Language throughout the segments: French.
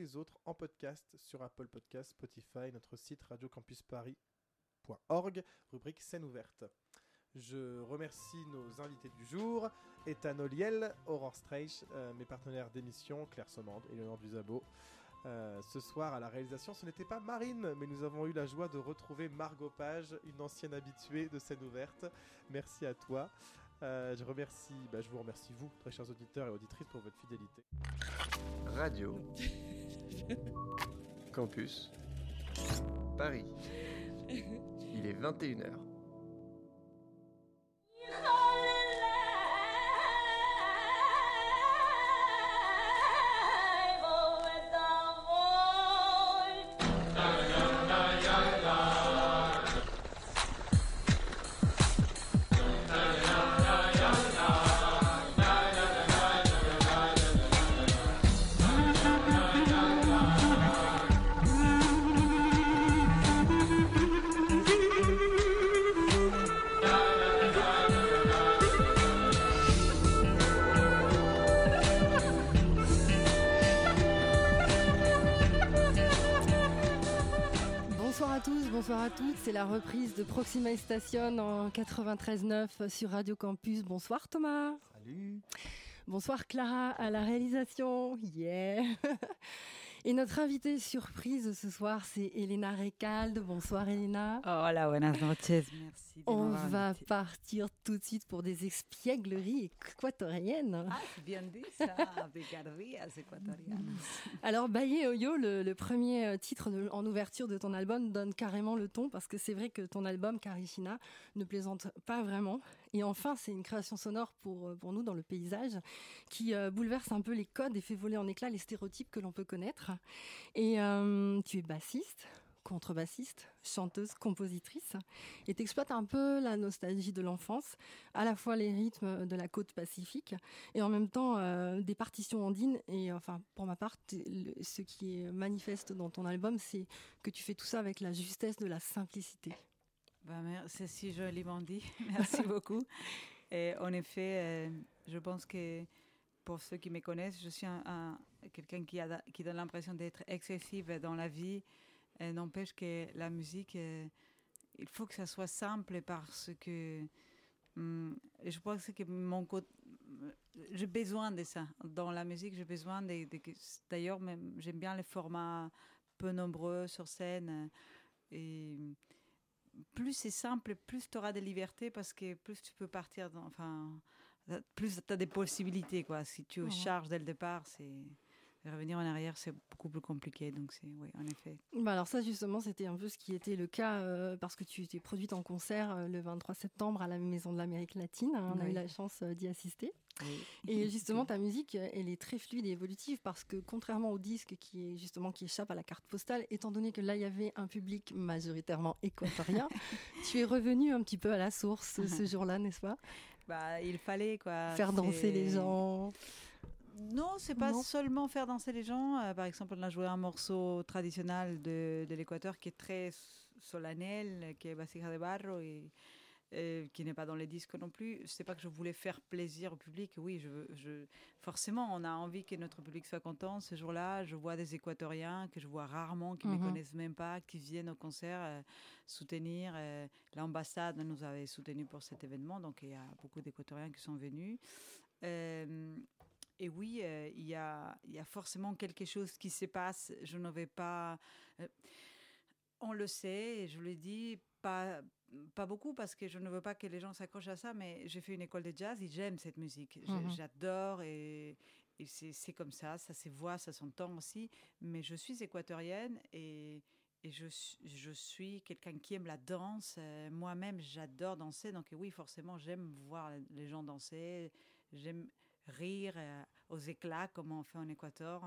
les autres en podcast sur Apple Podcasts, Spotify, notre site radiocampusparis.org, rubrique scène ouverte. Je remercie nos invités du jour, Ethan Oliel, Aurore Streich, mes partenaires d'émission, Claire Sommande et Léonore Duzabo. Ce soir à la réalisation, ce n'était pas Marine, mais nous avons eu la joie de retrouver Margot Page, une ancienne habituée de scène ouverte. Merci à toi. Je vous remercie vous, très chers auditeurs et auditrices, pour votre fidélité. Radio Campus Paris. Il est 21h. Bonsoir à toutes, c'est la reprise de Proxima Station en 93.9 sur Radio Campus. Bonsoir Thomas. Salut. Bonsoir Clara à la réalisation. Yeah. Et notre invitée surprise ce soir, c'est Elena Recalde. Bonsoir Elena. Hola, buenas noches, merci. On va partir tout de suite pour des espiègleries équatoriennes. Ah, c'est bien dit ça, picardías équatorianas. Alors, Baye Oyo, le premier titre en ouverture de ton album, donne carrément le ton, parce que c'est vrai que ton album, Carishina, ne plaisante pas vraiment. Et enfin, c'est une création sonore pour nous dans le paysage, qui bouleverse un peu les codes et fait voler en éclats les stéréotypes que l'on peut connaître. Et tu es bassiste, contrebassiste, chanteuse, compositrice, et t'exploites un peu la nostalgie de l'enfance, à la fois les rythmes de la côte pacifique et en même temps des partitions andines. Et enfin, pour ma part, ce qui est manifeste dans ton album, c'est que tu fais tout ça avec la justesse de la simplicité. C'est si joliment dit, merci beaucoup. Et en effet, je pense que pour ceux qui me connaissent, je suis quelqu'un qui donne l'impression d'être excessive dans la vie. N'empêche que la musique, il faut que ça soit simple parce que je pense que j'ai besoin de ça. Dans la musique, j'ai besoin d'ailleurs, même, j'aime bien les formats peu nombreux sur scène. Et plus c'est simple, plus tu auras de liberté parce que plus tu peux partir plus tu as des possibilités, quoi. Si tu charges dès le départ, revenir en arrière, c'est beaucoup plus compliqué. Donc, oui, en effet. Alors ça, justement, c'était un peu ce qui était le cas parce que tu t'es produite en concert le 23 septembre à la Maison de l'Amérique latine. On a eu la chance d'y assister. Oui. Et justement, ta musique, elle est très fluide et évolutive parce que contrairement au disque qui échappe à la carte postale, étant donné que là, il y avait un public majoritairement équatorien, tu es revenu un petit peu à la source ce jour-là, n'est-ce pas ? Il fallait, quoi. Faire danser les gens. Non, c'est pas seulement faire danser les gens. Par exemple, on a joué un morceau traditionnel de l'Équateur qui est très solennel, qui est Vasija de Barro et qui n'est pas dans les disques non plus. C'est pas que je voulais faire plaisir au public. Oui, forcément, on a envie que notre public soit content. Ce jour-là, je vois des Équatoriens que je vois rarement, qui ne me connaissent même pas, qui viennent au concert soutenir. L'ambassade nous avait soutenus pour cet événement, donc il y a beaucoup d'Équatoriens qui sont venus. Et oui, il y a forcément quelque chose qui se passe. Je ne vais pas... on le sait, et je le dis, pas beaucoup, parce que je ne veux pas que les gens s'accrochent à ça, mais j'ai fait une école de jazz et j'aime cette musique. J'adore et c'est comme ça se voit, ça s'entend aussi. Mais je suis équatorienne et je suis quelqu'un qui aime la danse. Moi-même, j'adore danser. Donc oui, forcément, j'aime voir les gens danser. J'aime rire aux éclats, comme on fait en Équateur.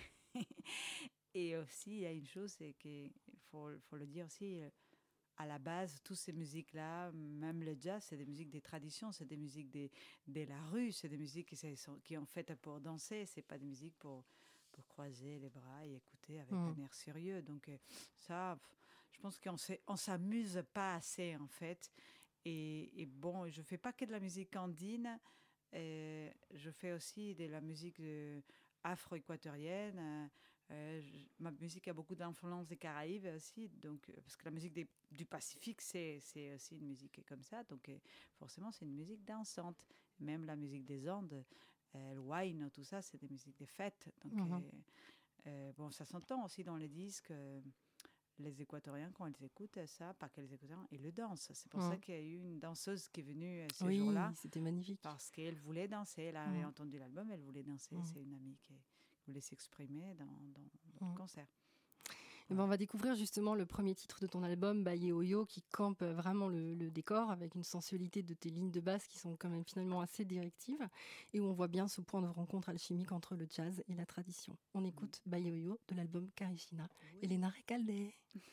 Et aussi, il y a une chose, c'est qu'il faut le dire aussi, à la base, toutes ces musiques-là, même le jazz, c'est des musiques des traditions, c'est des musiques de la rue, c'est des musiques qui sont faites pour danser, c'est pas des musiques pour croiser les bras et écouter avec un air sérieux. Donc ça, je pense qu'on s'amuse pas assez, en fait. Et bon, je fais pas que de la musique andine, je fais aussi de la musique afro-équatorienne. ma musique a beaucoup d'influence des Caraïbes aussi, donc, parce que la musique du Pacifique, c'est aussi une musique comme ça, donc forcément, c'est une musique dansante. Même la musique des Andes, le wine, tout ça, c'est des musiques de fête. Donc, bon, ça s'entend aussi dans les disques. Les Équatoriens, quand ils écoutent ça, pas que les Équatoriens, ils le dansent. C'est pour ça qu'il y a eu une danseuse qui est venue ce jour-là. Oui, c'était magnifique. Parce qu'elle voulait danser. Elle avait entendu l'album, elle voulait danser. C'est une amie qui voulait s'exprimer dans le concert. Et ben, on va découvrir justement le premier titre de ton album, Baye Oyo, qui campe vraiment le décor avec une sensualité de tes lignes de basse qui sont quand même finalement assez directives et où on voit bien ce point de rencontre alchimique entre le jazz et la tradition. On écoute Baye Oyo de l'album Carishina. Elena Recalde.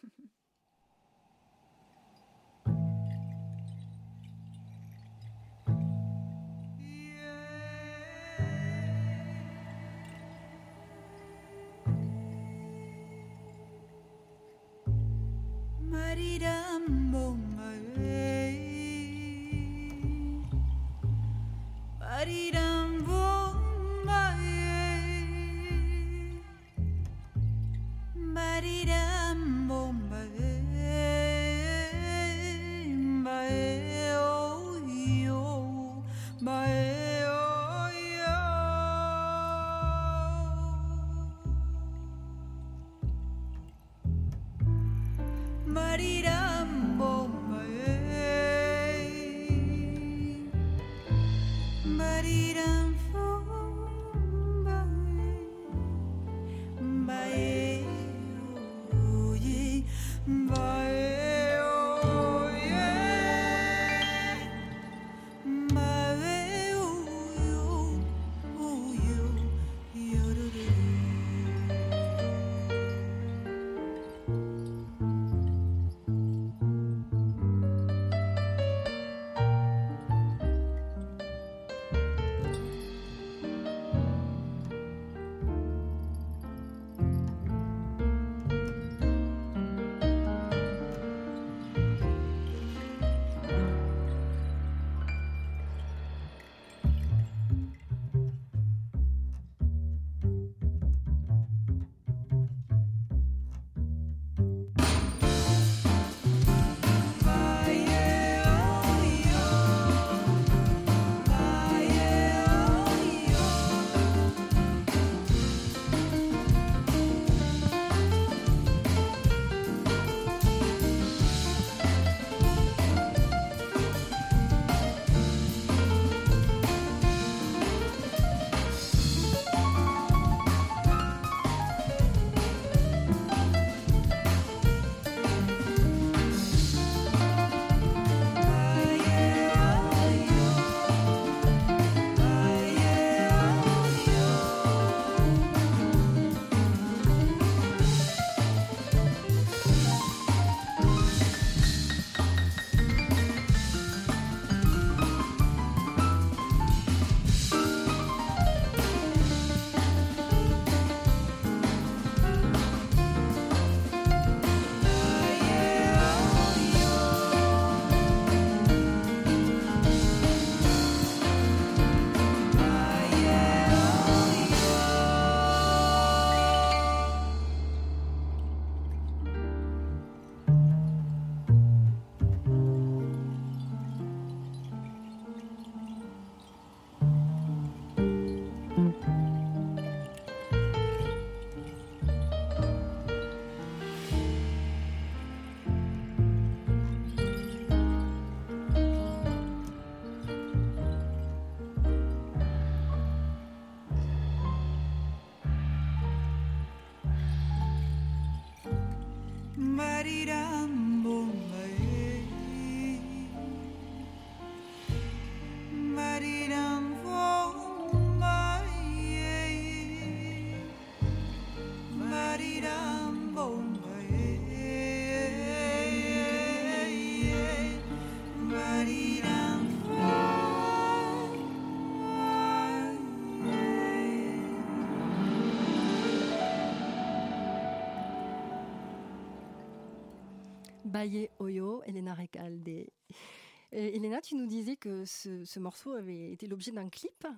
Baye Oyo, Elena Recalde. Elena, tu nous disais que ce morceau avait été l'objet d'un clip.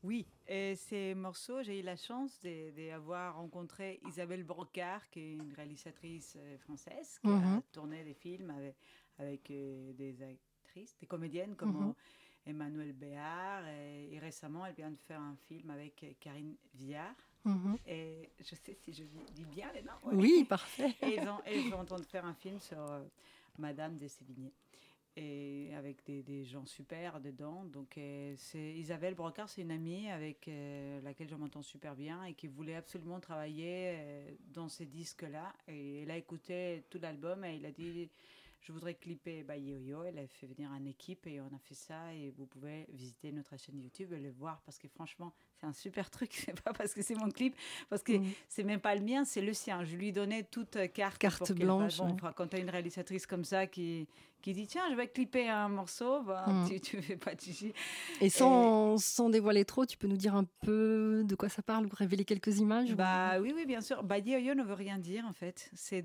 Oui, et ces morceaux, j'ai eu la chance d'avoir rencontré Isabelle Brocard, qui est une réalisatrice française, qui a tourné des films avec des actrices, des comédiennes comme Emmanuelle Béard. Et récemment, elle vient de faire un film avec Karine Viard. Et je sais si je dis bien les noms. Ouais. Oui, parfait. Et ils sont en train de faire un film sur Madame de Sévigné. Et avec des gens super dedans. Donc, c'est Isabelle Brocard, c'est une amie avec laquelle je m'entends super bien et qui voulait absolument travailler dans ces disques-là. Et elle a écouté tout l'album et elle a dit je voudrais clipper Bye Yo-Yo. Elle a fait venir une équipe et on a fait ça. Et vous pouvez visiter notre chaîne YouTube et le voir parce que franchement, c'est un super truc. C'est pas parce que c'est mon clip, parce que c'est même pas le mien, c'est le sien. Je lui donnais toute carte blanche. Bon, quand tu as une réalisatrice comme ça qui dit tiens, je vais clipper un morceau, tu fais pas de chichi. Et sans dévoiler trop, tu peux nous dire un peu de quoi ça parle ou révéler quelques images Oui, bien sûr. Bye Yo-Yo ne veut rien dire en fait. C'est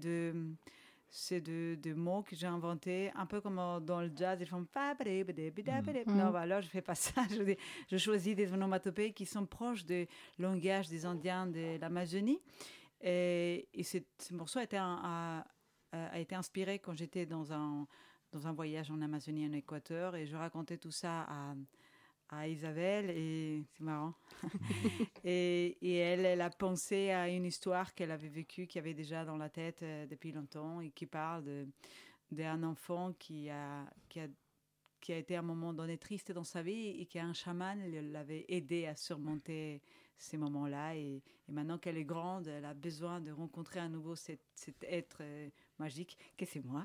de mots que j'ai inventés, un peu comme dans le jazz, ils font non, alors je fais pas ça. Je choisis des onomatopées qui sont proches du langage des Indiens de l'Amazonie. Et ce morceau a été inspiré quand j'étais dans un voyage en Amazonie, en Équateur, et je racontais tout ça à Isabelle, et c'est marrant. et elle a pensé à une histoire qu'elle avait vécue, qui avait déjà dans la tête depuis longtemps, et qui parle d'un enfant qui a été à un moment donné triste dans sa vie, et qu'un chaman l'avait aidé à surmonter ces moments-là. Et maintenant qu'elle est grande, elle a besoin de rencontrer à nouveau cet être magique que c'est moi.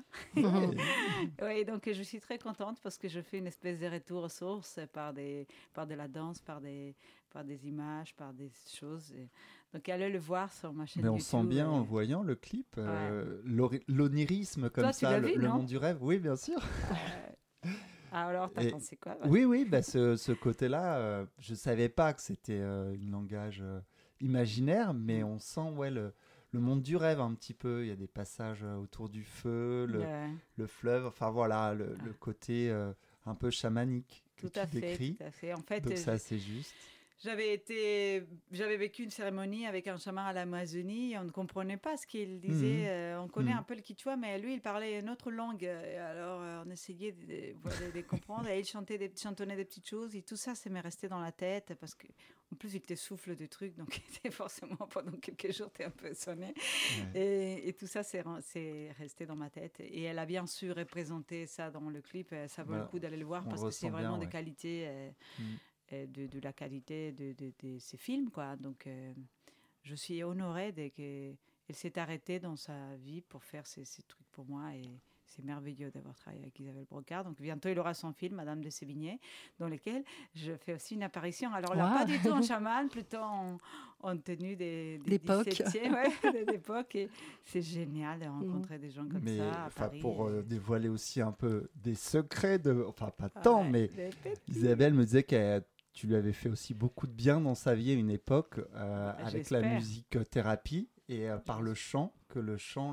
Oui, donc je suis très contente parce que je fais une espèce de retour aux sources par de la danse, par des images, par des choses. Donc allez le voir sur ma chaîne YouTube. Mais on sent bien en le voyant le clip, l'onirisme comme toi, ça, vu, le monde du rêve. Oui, bien sûr. Alors, t'as pensé quoi? Oui, ce côté-là, je ne savais pas que c'était un langage imaginaire, mais on sent le monde du rêve un petit peu. Il y a des passages autour du feu, le fleuve, enfin voilà, le côté un peu chamanique que tu décris. Tout à fait. En fait, donc ça, c'est juste. J'avais vécu une cérémonie avec un chaman à l'Amazonie et on ne comprenait pas ce qu'il disait. On connaît un peu le Quichua, mais lui, il parlait une autre langue. Et alors, on essayait de comprendre et il chantonnait des petites choses et tout ça, ça m'est resté dans la tête parce qu'en plus, il te souffle des trucs, donc forcément, pendant quelques jours, tu es un peu sonné. Ouais. Et tout ça, c'est resté dans ma tête. Et elle a bien su représenter ça dans le clip. Ça vaut le coup d'aller le voir parce que c'est vraiment de qualité. De la qualité de ces films, quoi. Donc, je suis honorée qu'elle s'est arrêtée dans sa vie pour faire ces trucs pour moi et c'est merveilleux d'avoir travaillé avec Isabelle Brocard. Donc, bientôt, il aura son film, Madame de Sévigné, dans lequel je fais aussi une apparition. Alors là, pas du tout en chaman, plutôt en tenue d'époque. 17e, d'époque. Et c'est génial de rencontrer des gens comme ça à Paris. Pour dévoiler aussi un peu des secrets, enfin pas tant, mais Isabelle me disait que tu lui avais fait aussi beaucoup de bien dans sa vie à une époque avec la musique thérapie et par le chant, que le chant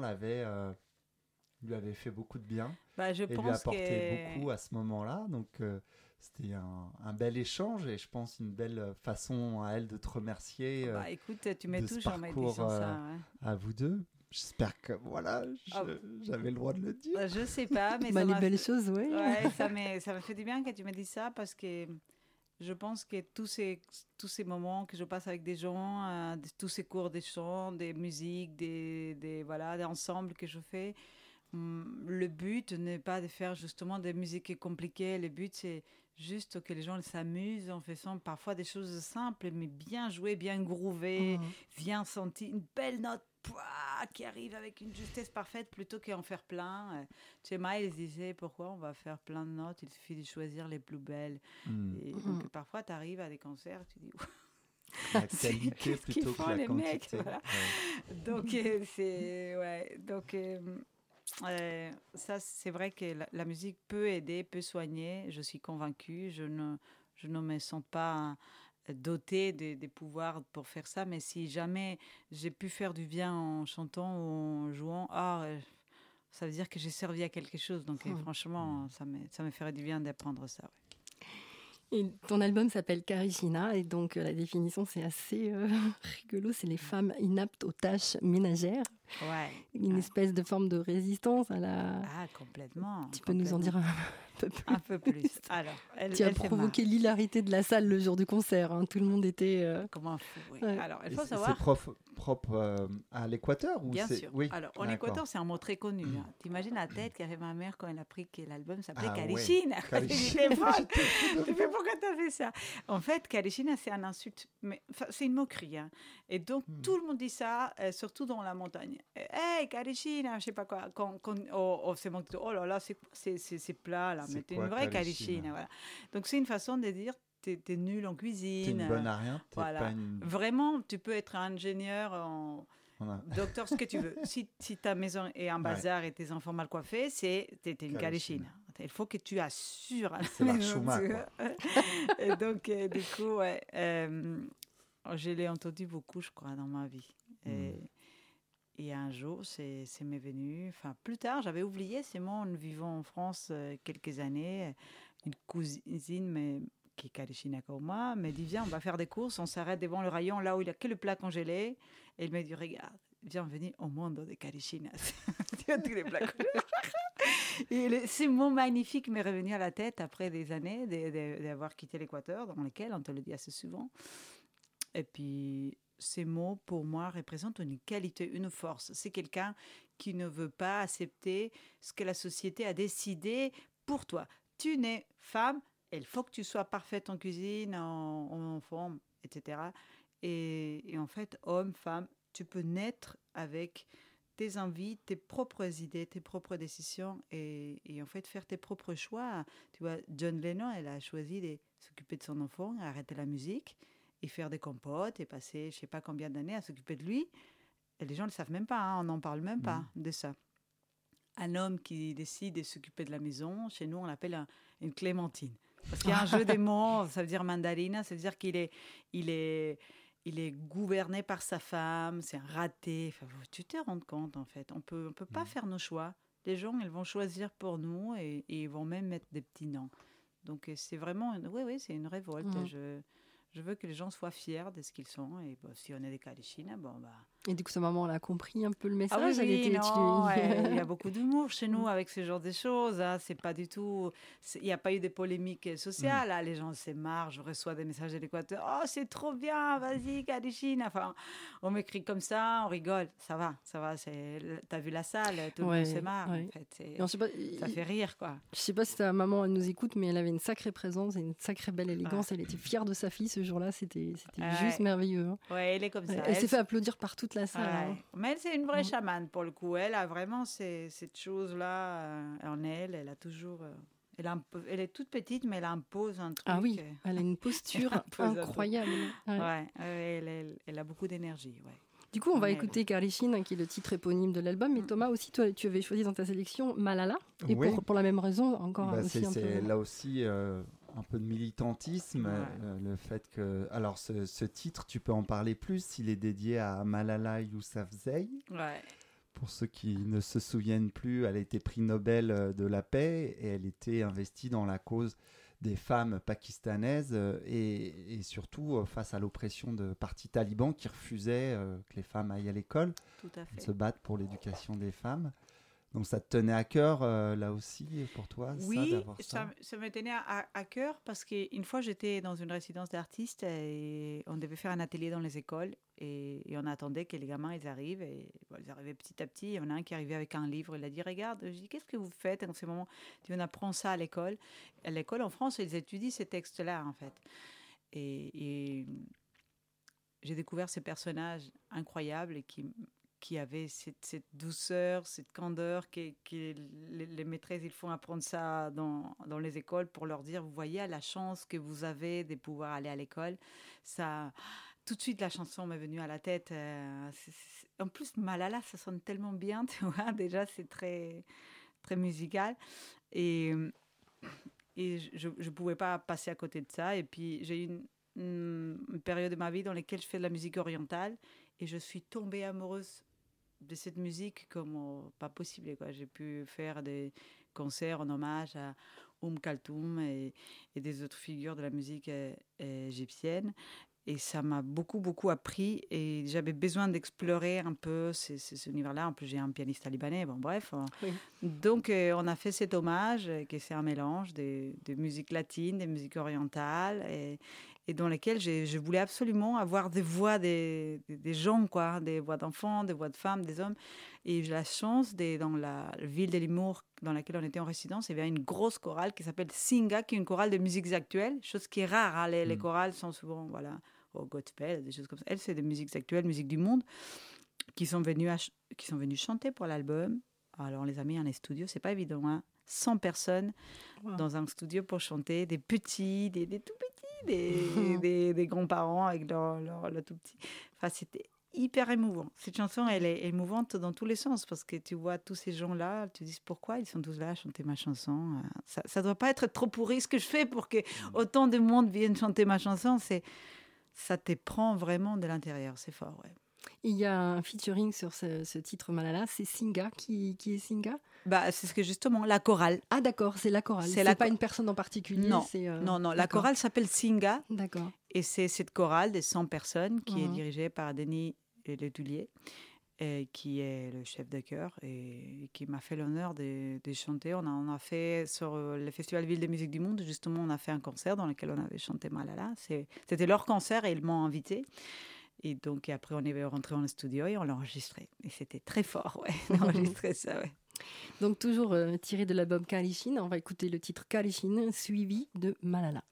lui avait fait beaucoup de bien je et pense lui a apporté beaucoup à ce moment-là. Donc c'était un bel échange et je pense une belle façon à elle de te remercier. Écoute, tu m'es toujours en disant ça. À vous deux. J'espère que j'avais le droit de le dire. Je sais pas, mais les belles choses, oui. Ouais, ça m'a fait du bien que tu me dises ça parce que je pense que tous ces moments que je passe avec des gens, tous ces cours de chant, des musiques, des ensembles que je fais, le but n'est pas de faire justement des musiques compliquées. Le but, c'est juste que les gens s'amusent en faisant parfois des choses simples, mais bien jouées, bien groovées, bien senties, une belle note qui arrive avec une justesse parfaite plutôt qu'en faire plein. Tu sais, Miles disait pourquoi on va faire plein de notes, il suffit de choisir les plus belles. Et donc parfois tu arrives à des concerts, tu dis la qualité plutôt que la quantité. Mecs, voilà. Donc ça c'est vrai que la musique peut aider, peut soigner, je suis convaincue. Je ne me sens pas dotée des pouvoirs pour faire ça, mais si jamais j'ai pu faire du bien en chantant ou en jouant, ça veut dire que j'ai servi à quelque chose. Donc franchement, ça me ferait du bien d'apprendre ça. Ouais. Et ton album s'appelle Karishina, et donc la définition, c'est assez rigolo, c'est les femmes inaptes aux tâches ménagères. Ouais. Une espèce de forme de résistance à la... Ah, complètement. Tu peux nous en dire un peu plus? Un peu plus. Alors, tu as provoqué l'hilarité de la salle le jour du concert. Hein. Tout le monde était... Comme un fou, oui. Ouais. Alors, il faut savoir... C'est propre à l'Équateur ou Bien c'est... sûr. Oui. Alors, en Équateur, c'est un mot très connu. Hein. T'imagines la tête qu'avait ma mère quand elle a appris que l'album s'appelait Karishina. Ouais. J'étais folle. Pourquoi t'as fait ça? En fait, Karishina, c'est un insulte. Mais, c'est une moquerie. Hein. Et donc, tout le monde dit ça, surtout dans la montagne. Hey, Karishina, je sais pas quoi. C'est mon... Oh là là, c'est plat, là. Mais t'es une vraie Karishina. Voilà. Donc, c'est une façon de dire... T'es nul en cuisine. T'es une bonne à rien. Voilà. Pas une... Vraiment, tu peux être ingénieur, docteur, ce que tu veux. Si ta maison est un bazar et tes enfants mal coiffés, t'es une Karishina. Il faut que tu assures. C'est la chouma, quoi. Et donc, du coup, je l'ai entendu beaucoup, je crois, dans ma vie. Et un jour, c'est m'est venu. Enfin, plus tard, j'avais oublié ces mots en vivant en France quelques années. Une cousine, mais qui est Karishina comme moi, me dit viens, on va faire des courses, on s'arrête devant le rayon là où il n'y a que le plat congelé. Et il me dit regarde, bienvenue au monde des Karishinas. Tu as tous les plats congelés. Et ces mots magnifiques m'est revenu à la tête après des années d'avoir quitté l'Équateur, dans lesquels on te le dit assez souvent. Et puis ces mots pour moi représentent une qualité, une force. C'est quelqu'un qui ne veut pas accepter ce que la société a décidé pour toi. Tu n'es femme, il faut que tu sois parfaite en cuisine, en forme, etc. Et en fait, homme, femme, tu peux naître avec tes envies, tes propres idées, tes propres décisions et en fait faire tes propres choix. Tu vois, John Lennon, elle a choisi de s'occuper de son enfant, arrêter la musique et faire des compotes et passer je ne sais pas combien d'années à s'occuper de lui. Et les gens ne le savent même pas, hein, on n'en parle même pas de ça. Un homme qui décide de s'occuper de la maison, chez nous on l'appelle une clémentine. Parce qu'il y a un jeu des mots, ça veut dire mandarina, ça veut dire qu'il est gouverné par sa femme, c'est un raté. Enfin, tu te rends compte, en fait. On peut pas faire nos choix. Les gens, ils vont choisir pour nous et ils vont même mettre des petits noms. Donc, c'est vraiment... Oui, c'est une révolte. Je veux que les gens soient fiers de ce qu'ils sont. Et si on est des Karishina, Et du coup, sa maman, elle a compris un peu le message. Ah oui, il y a beaucoup d'humour chez nous avec ce genre de choses. Hein. C'est pas du tout... Il n'y a pas eu de polémique sociale. Là. Les gens se marrent. Je reçois des messages de l'Équateur. Oh, c'est trop bien, vas-y, Karishina. Enfin, on m'écrit comme ça, on rigole. Ça va. T'as vu la salle, tout le monde se marre. En fait. Ça fait rire, quoi. Je sais pas si ta maman, elle nous écoute, mais elle avait une sacrée présence et une sacrée belle élégance. Elle était fière de sa fille ce jour-là. C'était juste merveilleux. Hein. Ouais, elle est comme ça. Elle s'est fait applaudir par toute la salle. Hein. Mais c'est une vraie chamane pour le coup. Elle a vraiment cette chose-là en elle. Elle a toujours. Elle est toute petite, mais elle impose un truc. Ah oui, elle a une posture incroyable. Elle a beaucoup d'énergie. Ouais. Du coup, on va écouter Karishina, qui est le titre éponyme de l'album. Mais Thomas, aussi, toi, tu avais choisi dans ta sélection Malala. Et pour la même raison, encore aussi un peu. C'est là aussi un peu de militantisme. Le fait que... Alors, ce titre, tu peux en parler plus. Il est dédié à Malala Yousafzai. Ouais. Pour ceux qui ne se souviennent plus, elle a été prix Nobel de la paix et elle était investie dans la cause des femmes pakistanaises et surtout face à l'oppression de partis talibans qui refusaient que les femmes aillent à l'école. Tout à fait. Se battre pour l'éducation des femmes. Donc ça te tenait à cœur là aussi pour toi, d'avoir ça? Ça me tenait à cœur parce qu'une fois j'étais dans une résidence d'artistes et on devait faire un atelier dans les écoles et on attendait que les gamins ils arrivent et ils arrivaient petit à petit. Il y en a un qui arrivait avec un livre, il a dit regarde, je dis qu'est-ce que vous faites en ce moment? On apprend ça à l'école. À l'école en France ils étudient ces textes-là en fait et j'ai découvert ces personnages incroyables et qui avait cette douceur, cette candeur que les maîtresses, ils font apprendre ça dans les écoles pour leur dire, vous voyez la chance que vous avez de pouvoir aller à l'école. Ça, tout de suite, la chanson m'est venue à la tête. En plus, Malala, ça sonne tellement bien, tu vois. Déjà, c'est très, très musical. Et je ne pouvais pas passer à côté de ça. Et puis, j'ai eu une période de ma vie dans laquelle je fais de la musique orientale et je suis tombée amoureuse de cette musique comme pas possible, quoi. J'ai pu faire des concerts en hommage à Kalthoum et des autres figures de la musique égyptienne. Et ça m'a beaucoup, beaucoup appris. Et j'avais besoin d'explorer un peu cet univers-là. En plus, j'ai un pianiste libanais. Bon, bref. Oui. Donc, on a fait cet hommage, qui c'est un mélange de musique latine, des musiques orientales, et dans lesquelles je voulais absolument avoir des voix des gens, quoi, des voix d'enfants, des voix de femmes, des hommes. Et j'ai la chance, dans la ville de Limours, dans laquelle on était en résidence, il y avait une grosse chorale qui s'appelle Singa, qui est une chorale de musiques actuelles, chose qui est rare. Hein. Les chorales sont souvent, voilà, au gospel, des choses comme ça. Elle, c'est des musiques actuelles, musiques du monde, qui sont venues chanter pour l'album. Alors, on les a mis dans les studios, c'est pas évident, hein. 100 personnes dans un studio pour chanter, des petits, des tout petits, des grands-parents avec leur tout petit. Enfin, c'était hyper émouvant. Cette chanson, elle est émouvante dans tous les sens, parce que tu vois tous ces gens-là, tu te dis pourquoi ils sont tous là à chanter ma chanson. Ça doit pas être trop pourri ce que je fais pour que autant de monde vienne chanter ma chanson. Ça te prend vraiment de l'intérieur, c'est fort, ouais. Il y a un featuring sur ce titre Malala, c'est Singa. Qui est Singa ? C'est ce que justement, la chorale. Ah d'accord, c'est la chorale. C'est pas une personne en particulier. Non, non. La chorale s'appelle Singa. D'accord. Et c'est cette chorale de 100 personnes qui est dirigée par Denis Letulier, qui est le chef de chœur et qui m'a fait l'honneur de chanter. On a fait sur le Festival Ville de musique du monde, justement, on a fait un concert dans lequel on avait chanté Malala. C'était leur concert et ils m'ont invité. Et donc, après, on est rentré dans le studio et on l'a enregistré. Et c'était très fort, ouais, d'enregistrer ça, ouais. Donc, toujours tiré de l'album Kalishin, on va écouter le titre Kalishin, suivi de Malala.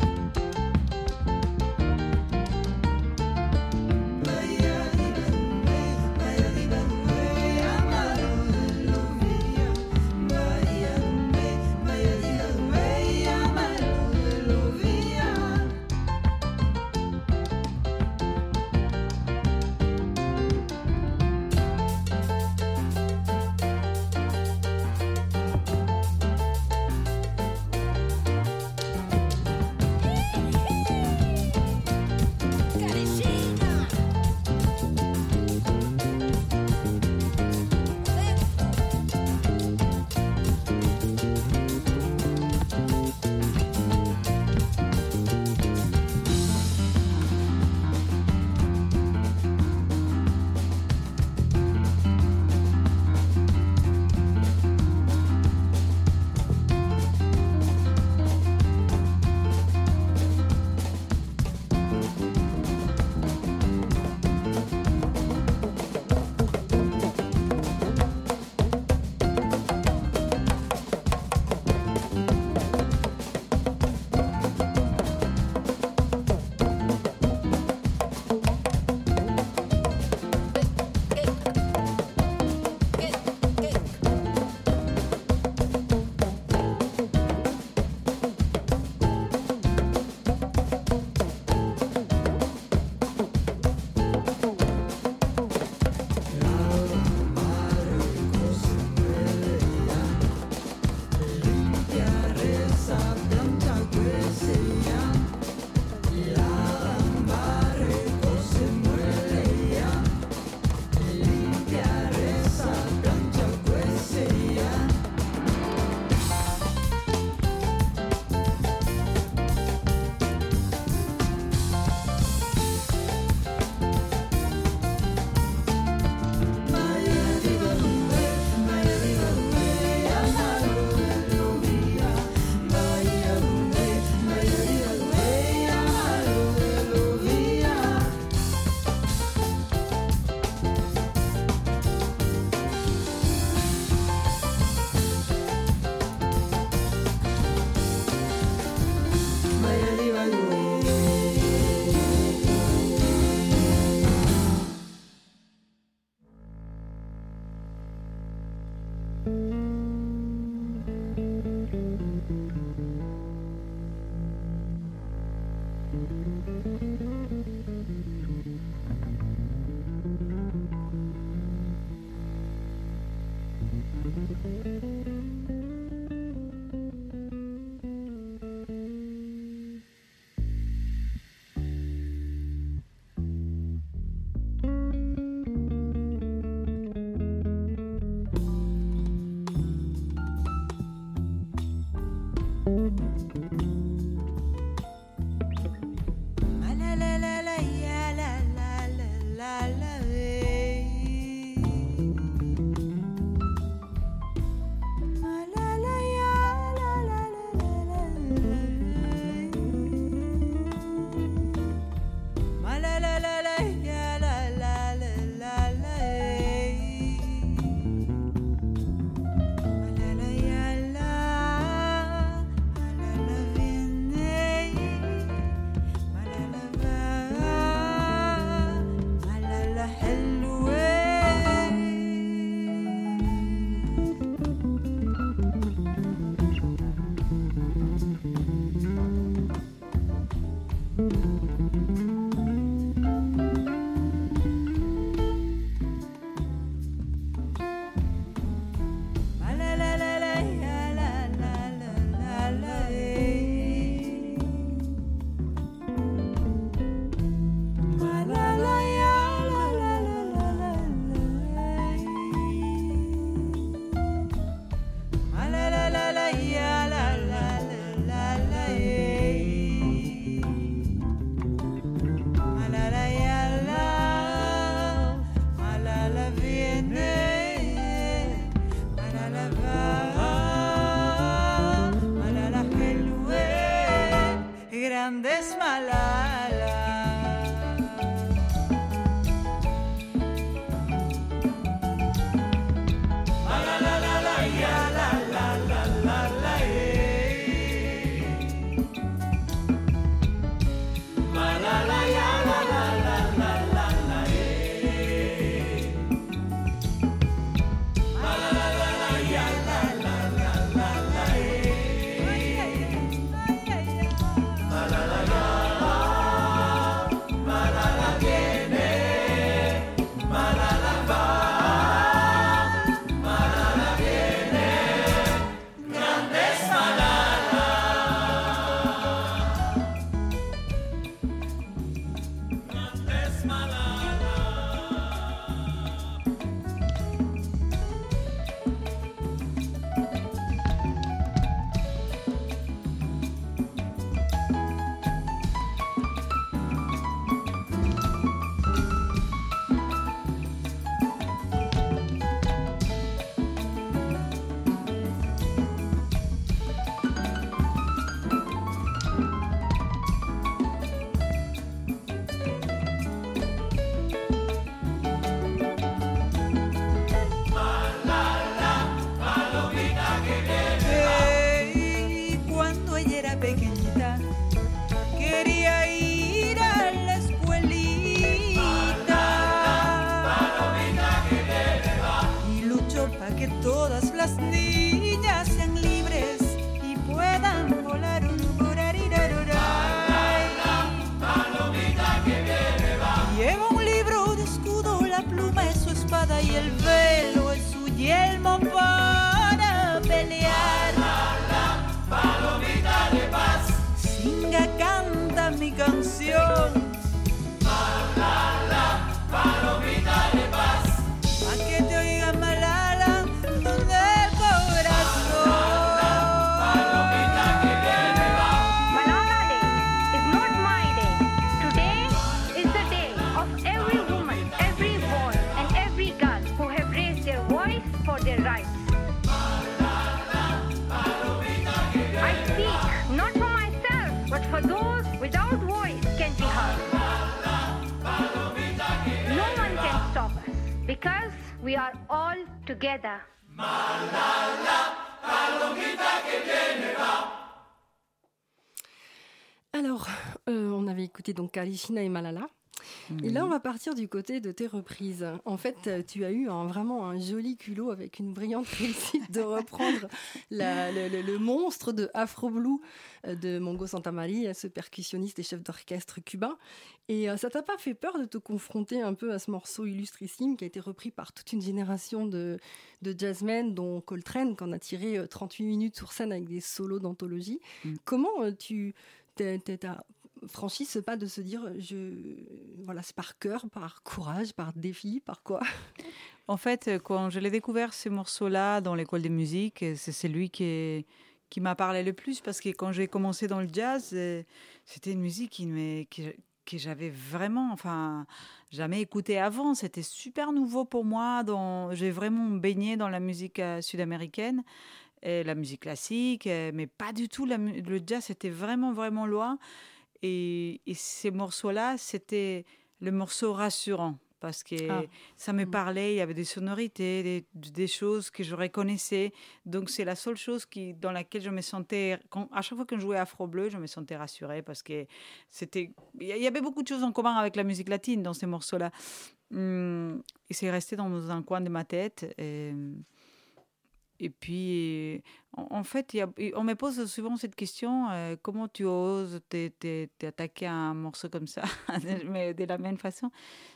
Bye. because we are all together. Alors, on avait écouté donc Carishina et Malala. Et là, on va partir du côté de tes reprises. En fait, tu as eu vraiment un joli culot avec une brillante réussite de reprendre le monstre de Afro Blue de Mongo Santamaria, ce percussionniste et chef d'orchestre cubain. Et ça t'a pas fait peur de te confronter un peu à ce morceau illustrissime qui a été repris par toute une génération de jazzmen, dont Coltrane, qu'on a tiré 38 minutes sur scène avec des solos d'anthologie. Comment tu t'as franchi ce pas de se dire, c'est par cœur, par courage, par défi, par quoi? En fait, quand je l'ai découvert, ce morceau-là, dans l'école de musique, c'est celui qui m'a parlé le plus, parce que quand j'ai commencé dans le jazz, c'était une musique que j'avais vraiment, jamais écouté avant. C'était super nouveau pour moi. J'ai vraiment baigné dans la musique sud-américaine, et la musique classique, mais pas du tout le jazz. C'était vraiment, vraiment loin. Et ces morceaux-là, c'était le morceau rassurant, parce que ça me parlait, il y avait des sonorités, des choses que je reconnaissais. Donc, c'est la seule chose dans laquelle je me sentais... à chaque fois que je jouais Afro Bleu, je me sentais rassurée, parce que il y avait beaucoup de choses en commun avec la musique latine dans ces morceaux-là. Et c'est resté dans un coin de ma tête. Et puis, en fait, on me pose souvent cette question, comment tu oses t'attaquer à un morceau comme ça, mais de la même façon.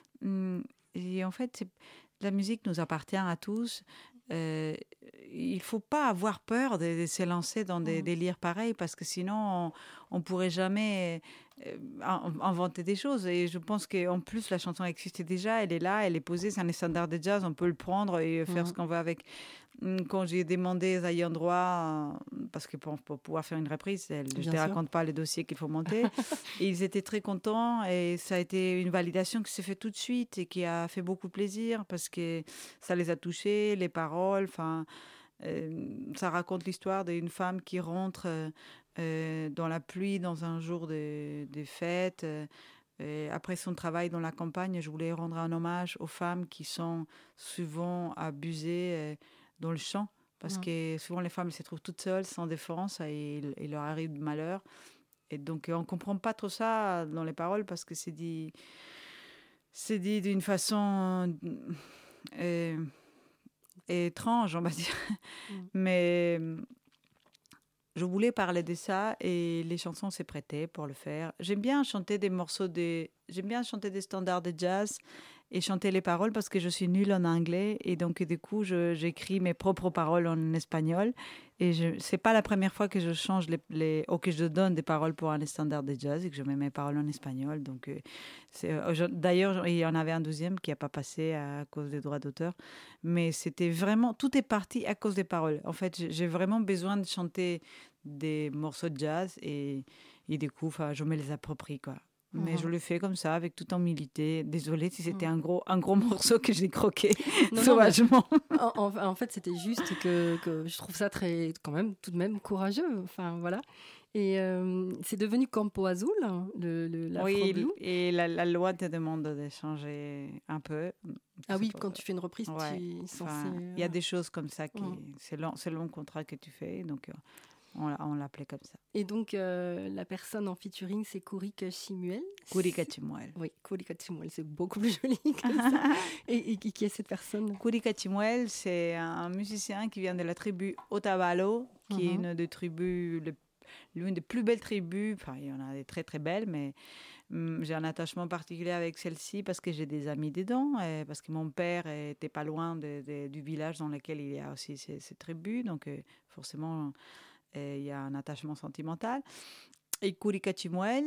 Et en fait, la musique nous appartient à tous. Il ne faut pas avoir peur de se lancer dans des délires pareils, parce que sinon, on ne pourrait jamais inventer des choses. Et je pense qu'en plus, la chanson existait déjà, elle est là, elle est posée, c'est un standard de jazz, on peut le prendre et faire ce qu'on veut avec. Quand j'ai demandé aux ayants droit, parce que pour pouvoir faire une reprise, je ne te raconte pas les dossiers qu'il faut monter, et ils étaient très contents, et ça a été une validation qui s'est faite tout de suite et qui a fait beaucoup plaisir, parce que ça les a touchés, les paroles, ça raconte l'histoire d'une femme qui rentre dans la pluie dans un jour de fête. Et après son travail dans la campagne, je voulais rendre un hommage aux femmes qui sont souvent abusées dans le champ, parce que souvent les femmes se trouvent toutes seules, sans défense, et il leur arrive de malheur. Et donc on ne comprend pas trop ça dans les paroles, parce que c'est dit d'une façon étrange, on va dire. Mais je voulais parler de ça, et les chansons s'est prêtées pour le faire. J'aime bien chanter des standards de jazz et chanter les paroles, parce que je suis nulle en anglais, et donc du coup j'écris mes propres paroles en espagnol, et c'est pas la première fois que je change ou que je donne des paroles pour un standard de jazz et que je mets mes paroles en espagnol. Donc d'ailleurs il y en avait un deuxième qui a pas passé à cause des droits d'auteur, mais c'était vraiment, tout est parti à cause des paroles. En fait, j'ai vraiment besoin de chanter des morceaux de jazz, et du coup je me les approprie, quoi. Mais je le fais comme ça, avec toute humilité. Désolée si c'était un gros morceau que j'ai croqué sauvagement. En fait, c'était juste que je trouve ça très, quand même, tout de même courageux. Enfin, voilà. Et c'est devenu Campo Azul, l'Afro Blue. Et la loi te demande de changer un peu. Quand tu fais une reprise, tu es censé... Il y a des choses comme ça, c'est le long contrat que tu fais, donc... On l'appelait comme ça. Et donc, la personne en featuring, c'est Kurika Chimuel. Kurika Chimuel. Oui, Kurika Chimuel, c'est beaucoup plus joli que ça. Et qui est cette personne? Kurika Chimuel, c'est un musicien qui vient de la tribu Otavalo, qui est une des tribus, l'une des plus belles tribus. Enfin, il y en a des très très belles, mais j'ai un attachement particulier avec celle-ci, parce que j'ai des amis dedans, et parce que mon père était pas loin du village dans lequel il y a aussi ces tribus. Donc, forcément... il y a un attachement sentimental. Et Kurika Chimuel,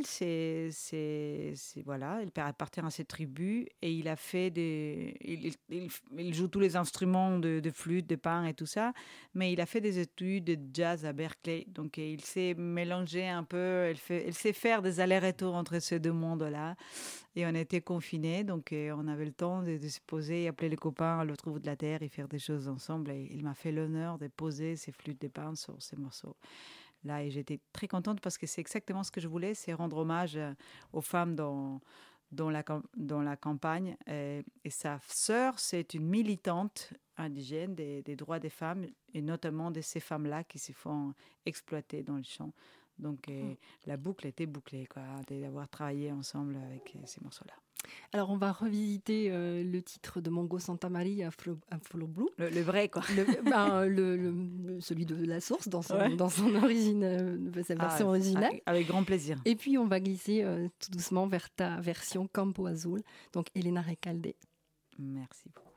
voilà, il appartient à cette tribu, et il a fait il joue tous les instruments de flûte, de pan et tout ça, mais il a fait des études de jazz à Berkeley. Donc il s'est mélangé un peu, il sait faire des allers-retours entre ces deux mondes-là. Et on était confinés, donc on avait le temps de se poser, appeler les copains à l'autre bout de la terre et faire des choses ensemble. Et il m'a fait l'honneur de poser ses flûtes de pan sur ces morceaux. Là, et j'étais très contente, parce que c'est exactement ce que je voulais, c'est rendre hommage aux femmes dans dans la campagne. Et sa sœur, c'est une militante indigène des droits des femmes, et notamment de ces femmes-là qui se font exploiter dans le champ. Donc la boucle était bouclée, quoi, d'avoir travaillé ensemble avec ces morceaux-là. Alors on va revisiter le titre de Mongo Santa Maria, Afro Blue. Le vrai, quoi. Celui de la source dans son origine, sa version originale. Avec grand plaisir. Et puis on va glisser tout doucement vers ta version Campo Azul, donc Elena Recalde. Merci beaucoup.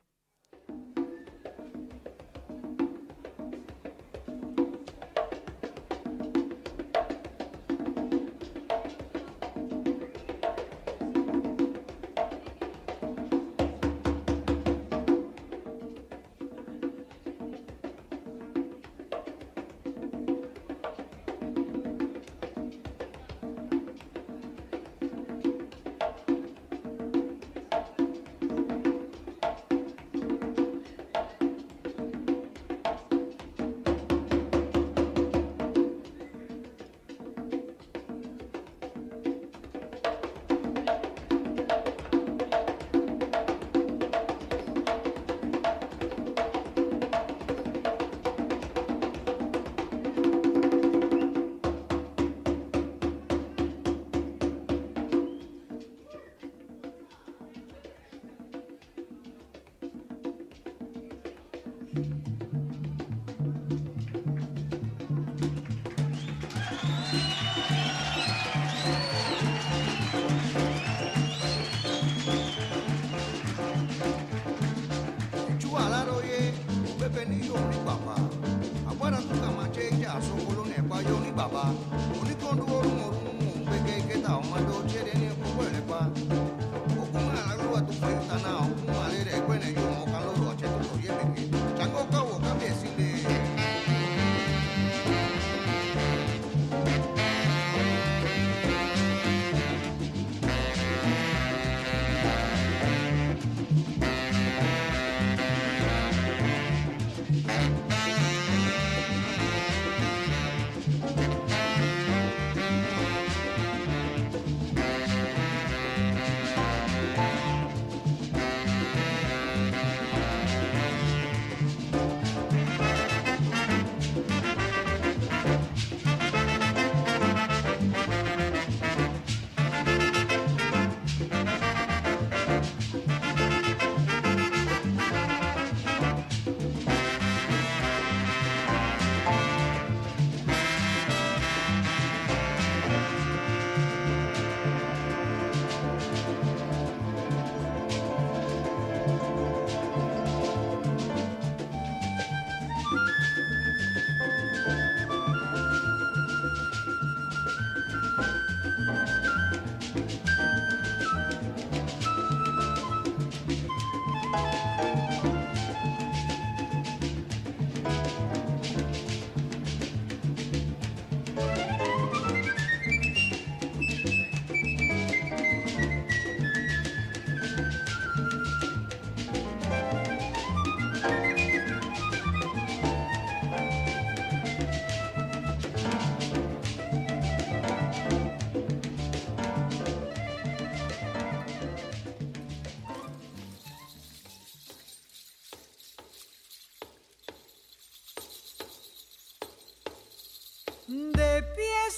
De pies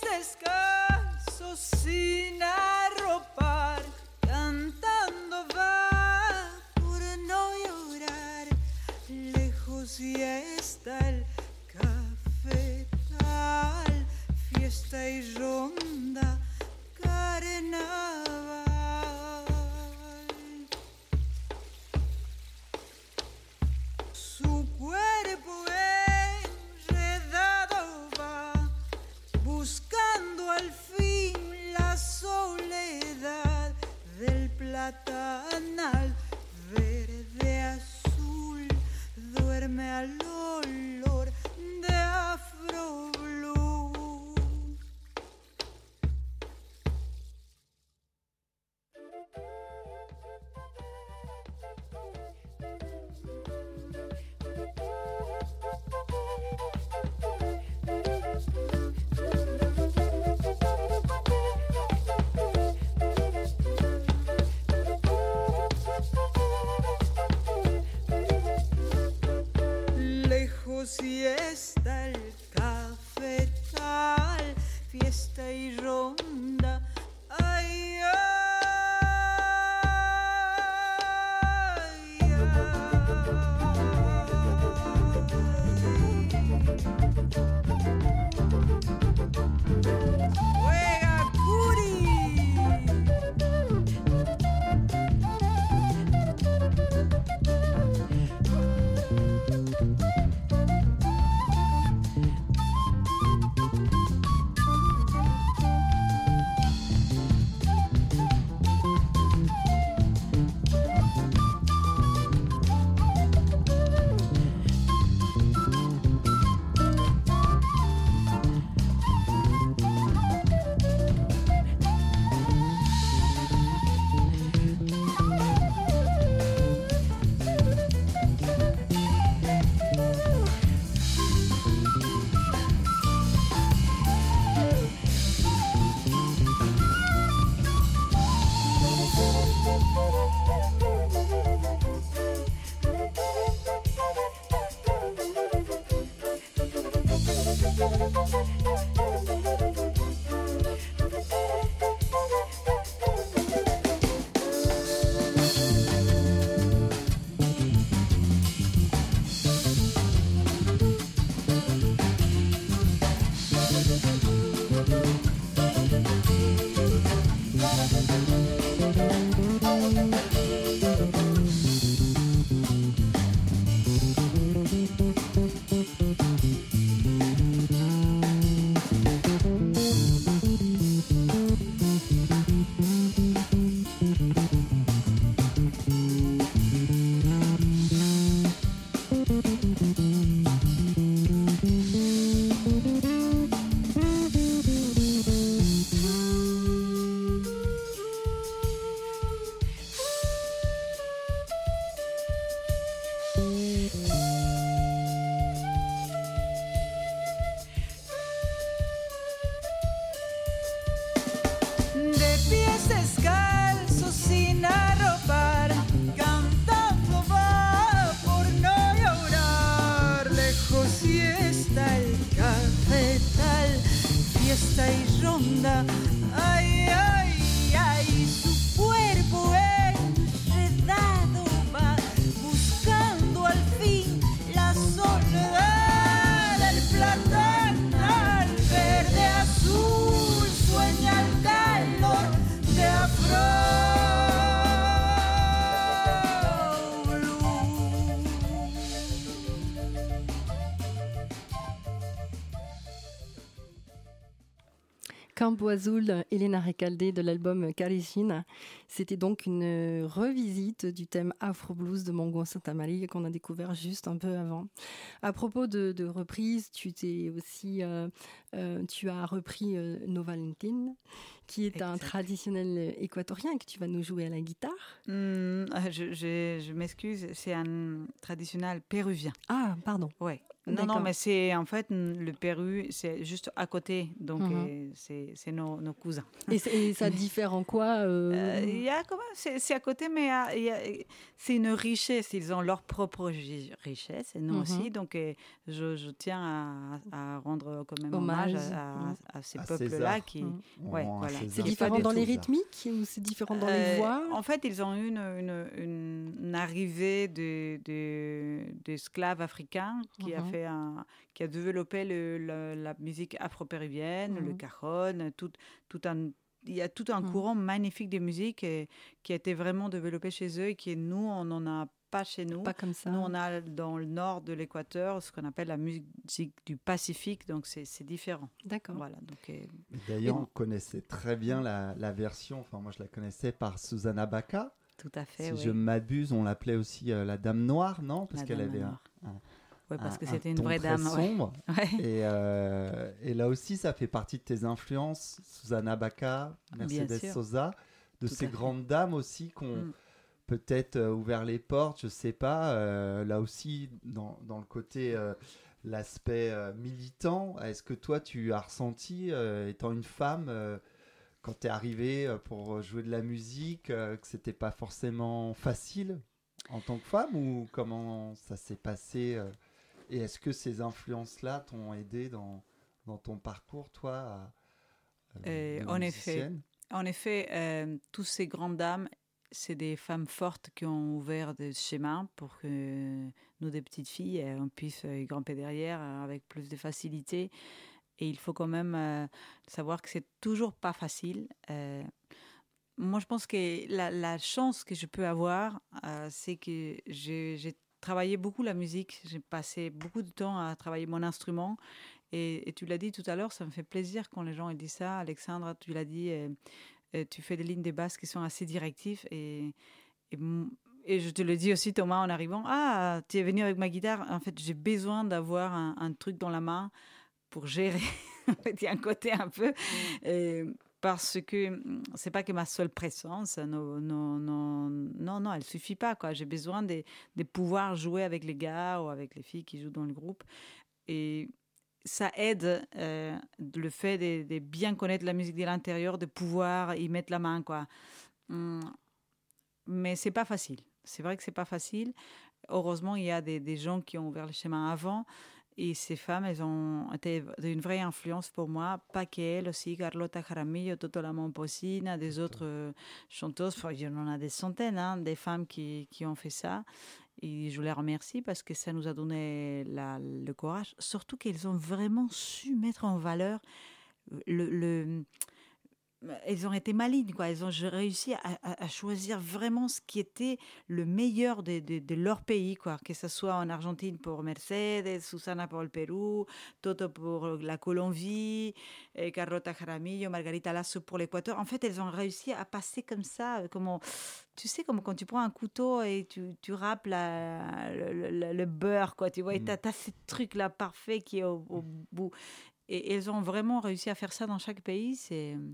descalzos sin arropar, cantando va por no llorar. Lejos ya está el cafetal, fiesta y ronda, carnaval. Su cuerpo enredado va, buscando al fin la soledad del platanal verde azul, duerme al olor de Afro Blue. descalzo sin arropar, cantando va por no llorar. Lejos y está el cafetal, fiesta y ronda. Ay, ay, ay, su cuerpo enredado va buscando al fin la soledad. El platanal verde azul sueña el calor de Afro. Campo Azul, Elena Recalde de l'album Caricina. C'était donc une revisite du thème Afro Blues de Mongo Santamaria qu'on a découvert juste un peu avant. À propos de reprises, tu as repris No Valentine, qui est un traditionnel équatorien que tu vas nous jouer à la guitare. Je m'excuse, c'est un traditionnel péruvien. Ah, pardon. Ouais. Non, mais c'est en fait le Pérou, c'est juste à côté, donc c'est nos cousins. Et ça diffère en quoi Il y a quand même, c'est à côté, mais c'est une richesse. Ils ont leur propre richesse, et nous aussi. Donc je tiens à rendre quand même hommage à ces peuples-là qui. Ouais, voilà. C'est différent dans les rythmiques ou c'est différent dans les voix? En fait, ils ont eu une arrivée d'esclaves africains qui a développé la musique afro-péruvienne, le cajon, il y a tout un courant magnifique de musique qui a été vraiment développé chez eux et qui nous, on n'en a pas chez nous. Pas comme ça. Nous, on a dans le nord de l'Équateur ce qu'on appelle la musique du Pacifique, donc c'est différent. D'accord. Voilà, donc, d'ailleurs, on connaissait très bien la version, enfin moi je la connaissais par Susana Baca. Tout à fait, Si je m'abuse, on l'appelait aussi la Dame Noire, non? Parce qu'elle avait oui, parce que c'était une vraie dame. Sombre. Ouais. Et là aussi, ça fait partie de tes influences, Susana Baca, Mercedes Sosa, de ces grandes dames aussi qui ont peut-être ouvert les portes, je ne sais pas, là aussi, dans le côté, l'aspect militant. Est-ce que toi, tu as ressenti, étant une femme, quand tu es arrivée pour jouer de la musique, que ce n'était pas forcément facile en tant que femme, ou comment ça s'est passé et est-ce que ces influences-là t'ont aidé dans ton parcours, toi, en effet, toutes ces grandes dames, c'est des femmes fortes qui ont ouvert des chemins pour que nous, des petites filles, on puisse grimper derrière avec plus de facilité. Et il faut quand même savoir que c'est toujours pas facile. Moi, je pense que la chance que je peux avoir, c'est que j'ai travaillé beaucoup la musique. J'ai passé beaucoup de temps à travailler mon instrument. Et tu l'as dit tout à l'heure, ça me fait plaisir quand les gens disent ça. Alexandra, tu l'as dit, tu fais des lignes de basse qui sont assez directives. Et je te le dis aussi, Thomas, en arrivant. Ah, tu es venu avec ma guitare. En fait, j'ai besoin d'avoir un truc dans la main pour gérer. En fait, il y a un côté un peu... parce que c'est pas que ma seule présence, non, elle suffit pas, quoi. J'ai besoin de pouvoir jouer avec les gars ou avec les filles qui jouent dans le groupe. Et ça aide le fait de bien connaître la musique de l'intérieur, de pouvoir y mettre la main, quoi. Mais c'est pas facile. C'est vrai que c'est pas facile. Heureusement, il y a des gens qui ont ouvert le chemin avant. Et ces femmes, elles ont été d'une vraie influence pour moi. Pas qu'elles aussi, Carlota Jaramillo, Toto La Momposina, des autres chanteuses. Enfin, il y en a des centaines, des femmes qui ont fait ça. Et je les remercie parce que ça nous a donné le courage. Surtout qu'elles ont vraiment su mettre en valeur elles ont été malignes, quoi. Elles ont réussi à choisir vraiment ce qui était le meilleur de leur pays, quoi. Que ce soit en Argentine pour Mercedes, Susana pour le Pérou, Toto pour la Colombie, Carlota Jaramillo, Margarita Lasso pour l'Équateur. En fait, elles ont réussi à passer comme ça, tu sais, comme quand tu prends un couteau et tu râpes le beurre, quoi. Tu vois, et t'as ce truc-là parfait qui est au bout. Et elles ont vraiment réussi à faire ça dans chaque pays.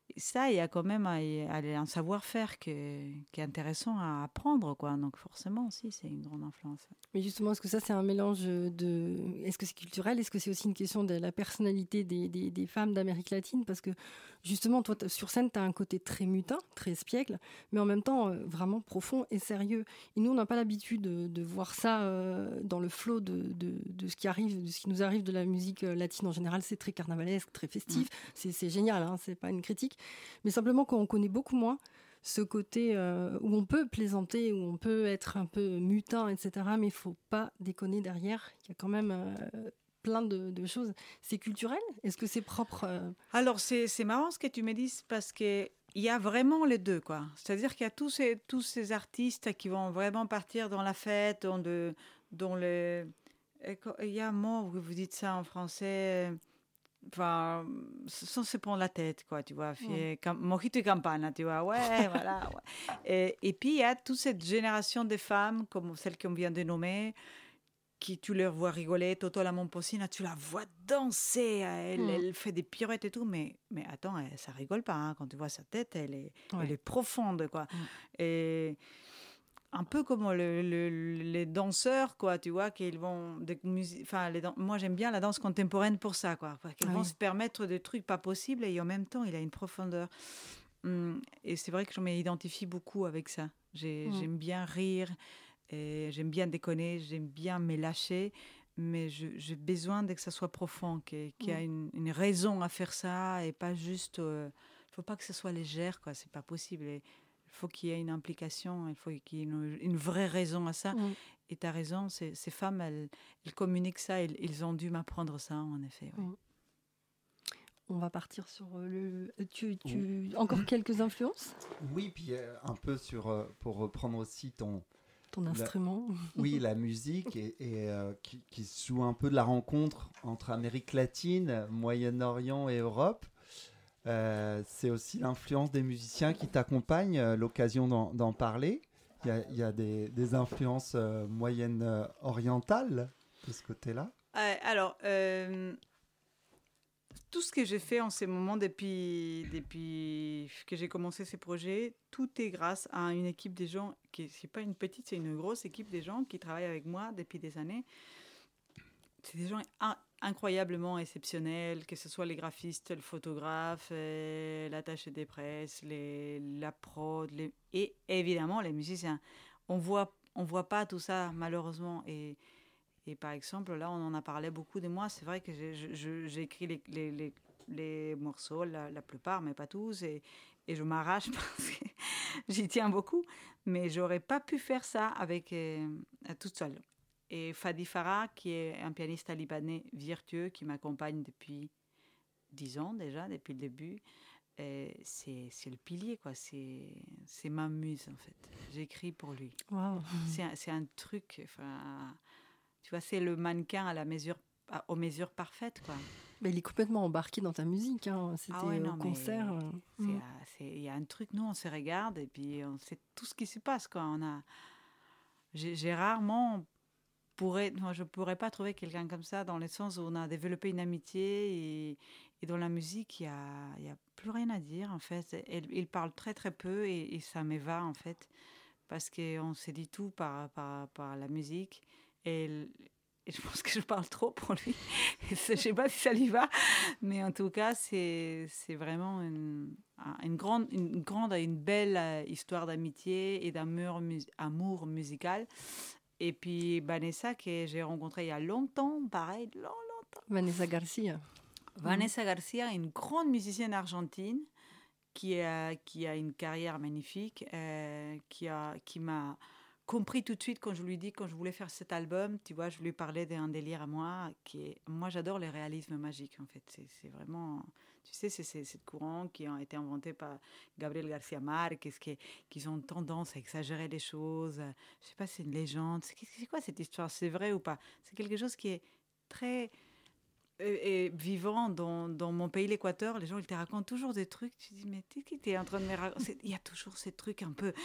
Ça, il y a quand même un savoir-faire qui est intéressant à apprendre, quoi. Donc forcément aussi, c'est une grande influence. Mais justement, est-ce que ça, c'est un mélange de... Est-ce que c'est culturel? Est-ce que c'est aussi une question de la personnalité des femmes d'Amérique latine? Parce que justement, toi, sur scène, tu as un côté très mutin, très espiègle, mais en même temps, vraiment profond et sérieux. Et nous, on n'a pas l'habitude de voir ça dans le flot de ce qui arrive, de ce qui nous arrive de la musique latine en général. C'est très carnavalesque, très festif. C'est génial, hein, c'est pas une critique. Mais simplement qu'on connaît beaucoup moins ce côté où on peut plaisanter, où on peut être un peu mutin, etc. Mais il ne faut pas déconner derrière. Il y a quand même plein de choses. C'est culturel? Est-ce que c'est propre Alors, c'est marrant ce que tu me dises parce qu'il y a vraiment les deux, quoi. C'est-à-dire qu'il y a tous ces artistes qui vont vraiment partir dans la fête, dans le... Il y a un mot, vous dites ça en français... Enfin, sans se prendre la tête, quoi, tu vois. Mojito y campana, tu vois. Ouais, voilà. Ouais. Et puis, il y a toute cette génération de femmes, comme celle qu'on vient de nommer, qui tu leur vois rigoler. Toto la Momposina, tu la vois danser. Elle fait des pirouettes et tout. Mais attends, ça rigole pas. Hein. Quand tu vois sa tête, elle est profonde, quoi. Et... un peu comme les danseurs, quoi, tu vois, qu'ils vont... moi, j'aime bien la danse contemporaine pour ça, quoi. Qu'ils vont se permettre des trucs pas possibles et en même temps, il a une profondeur. Et c'est vrai que je m'identifie beaucoup avec ça. J'aime bien rire, et j'aime bien déconner, j'aime bien me lâcher, mais j'ai besoin de que ça soit profond, qu'il y a une raison à faire ça et pas juste... faut pas que ce soit légère, quoi. C'est pas possible. Il faut qu'il y ait une implication, il faut qu'il y ait une vraie raison à ça. Et tu as raison, ces femmes, elles communiquent ça, ils ont dû m'apprendre ça, en effet. Oui. On va partir sur encore quelques influences? Oui, puis un peu pour reprendre aussi ton instrument. Oui, la musique, et qui se joue un peu de la rencontre entre Amérique latine, Moyen-Orient et Europe. C'est aussi l'influence des musiciens qui t'accompagnent, l'occasion d'en parler. Il y a des influences moyennes orientales de ce côté-là. Alors, tout ce que j'ai fait en ces moments depuis que j'ai commencé ces projets, tout est grâce à une équipe de gens, c'est pas une petite, c'est une grosse équipe de gens qui travaillent avec moi depuis des années. C'est des gens incroyablement exceptionnels, que ce soit les graphistes, le photographe, l'attaché des presses, la prod, et évidemment les musiciens. On voit pas tout ça, malheureusement. Et par exemple, là, on en a parlé beaucoup de moi. C'est vrai que j'ai écrit les morceaux, la plupart, mais pas tous, et je m'arrache parce que j'y tiens beaucoup. Mais j'aurais pas pu faire ça avec toute seule. Et Fadi Farah, qui est un pianiste libanais virtueux qui m'accompagne depuis 10 ans déjà, depuis le début, c'est le pilier, quoi. C'est ma muse, en fait. J'écris pour lui. Wow. C'est un truc... tu vois, c'est le mannequin aux mesures parfaites, quoi. Mais il est complètement embarqué dans ta musique. Hein. C'était au concert. Il y a un truc, nous, on se regarde et puis on sait tout ce qui se passe, quoi. J'ai rarement... je ne pourrais pas trouver quelqu'un comme ça, dans le sens où on a développé une amitié et dans la musique, il y a plus rien à dire, en fait. Il parle très, très peu et ça me va, en fait, parce qu'on se dit tout par la musique. Et je pense que je parle trop pour lui. Je ne sais pas si ça lui va, mais en tout cas, c'est vraiment une grande et une belle histoire d'amitié et d'amour musical. Et puis Vanessa, que j'ai rencontrée il y a longtemps, pareil, longtemps. Vanessa Garcia. Vanessa Garcia, une grande musicienne argentine qui a une carrière magnifique, qui m'a compris tout de suite quand je voulais faire cet album. Tu vois, je lui parlais d'un délire à moi, moi j'adore les réalismes magiques, en fait. C'est vraiment... Tu sais, c'est ce courant qui a été inventé par Gabriel García Márquez, qui ont tendance à exagérer les choses. Je ne sais pas si c'est une légende. C'est quoi cette histoire? C'est vrai ou pas? C'est quelque chose qui est très vivant dans mon pays, l'Équateur. Les gens, ils te racontent toujours des trucs. Tu te dis, mais qu'est-ce que tu es en train de me raconter? Il y a toujours ces trucs un peu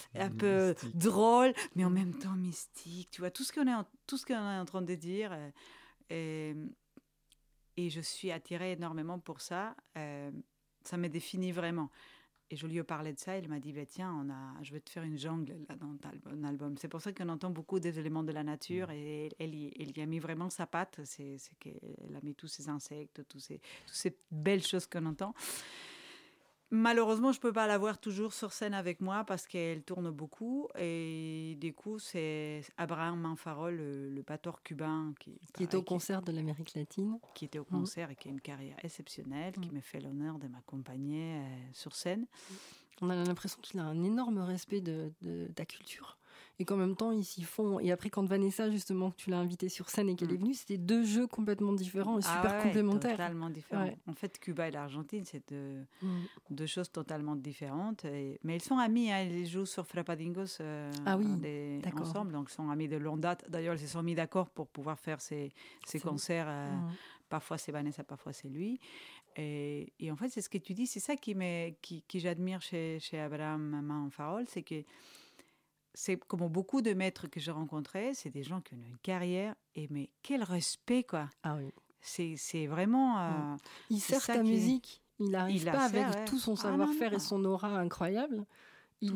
drôles, mais en même temps mystiques. Tu vois, tout ce qu'on est en train de dire... Et je suis attirée énormément pour ça, ça me définit vraiment. Et je lui ai parlé de ça, il m'a dit, tiens, je vais te faire une jungle là, dans ton album. C'est pour ça qu'on entend beaucoup des éléments de la nature et elle y a mis vraiment sa patte. C'est qu'elle a mis tous ces insectes, toutes ces belles choses qu'on entend. Malheureusement, je ne peux pas la voir toujours sur scène avec moi parce qu'elle tourne beaucoup. Et du coup, c'est Abraham Manfarol, le batteur cubain qui était au concert de l'Amérique latine. Qui était au concert et qui a une carrière exceptionnelle, qui me fait l'honneur de m'accompagner sur scène. On a l'impression qu'il a un énorme respect de ta culture. Et qu'en même temps, ils s'y font. Et après, quand Vanessa, justement, que tu l'as invitée sur scène et qu'elle est venue, c'était 2 jeux complètement différents et super complémentaires. Totalement différents. Ouais. En fait, Cuba et l'Argentine, c'est deux choses totalement différentes. Mais ils sont amis, hein, ils jouent sur Frappadingos ensemble. Donc, ils sont amis de longue date. D'ailleurs, ils se sont mis d'accord pour pouvoir faire ces concerts. Parfois, c'est Vanessa, parfois, c'est lui. Et en fait, c'est ce que tu dis, c'est ça qui j'admire chez Abraham Manfarol, c'est que c'est comme beaucoup de maîtres que j'ai rencontrés, c'est des gens qui ont une carrière, mais quel respect, quoi. Ah oui. C'est vraiment... il sert ta musique, il n'arrive pas avec tout son savoir-faire et son aura incroyable. Il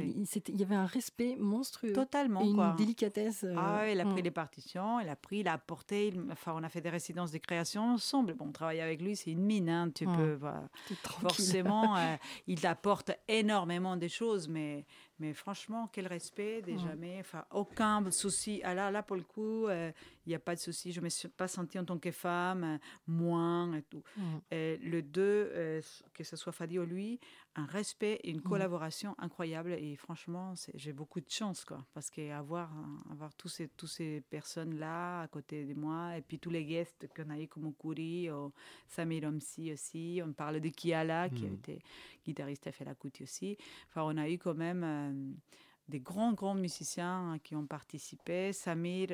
y avait un respect monstrueux. Totalement, et une délicatesse. Il a pris les partitions, il a apporté. On a fait des résidences de création ensemble. Bon, travailler avec lui, c'est une mine. Hein, tu peux forcément. Il apporte énormément de choses, mais franchement, quel respect, jamais. Enfin, aucun souci. Là, pour le coup, il n'y a pas de souci. Je ne me suis pas sentie en tant que femme moins et tout. Le deux, que ce soit Fadi ou lui, un respect et une collaboration incroyable. Et franchement, j'ai beaucoup de chance, quoi, parce qu'avoir tous ces personnes-là à côté de moi, et puis tous les guests qu'on a eu comme Okuri, Samir Omsi aussi, on parle de Kiala, qui a été guitariste à Fela Kuti aussi. Enfin, on a eu quand même des grands musiciens qui ont participé. Samir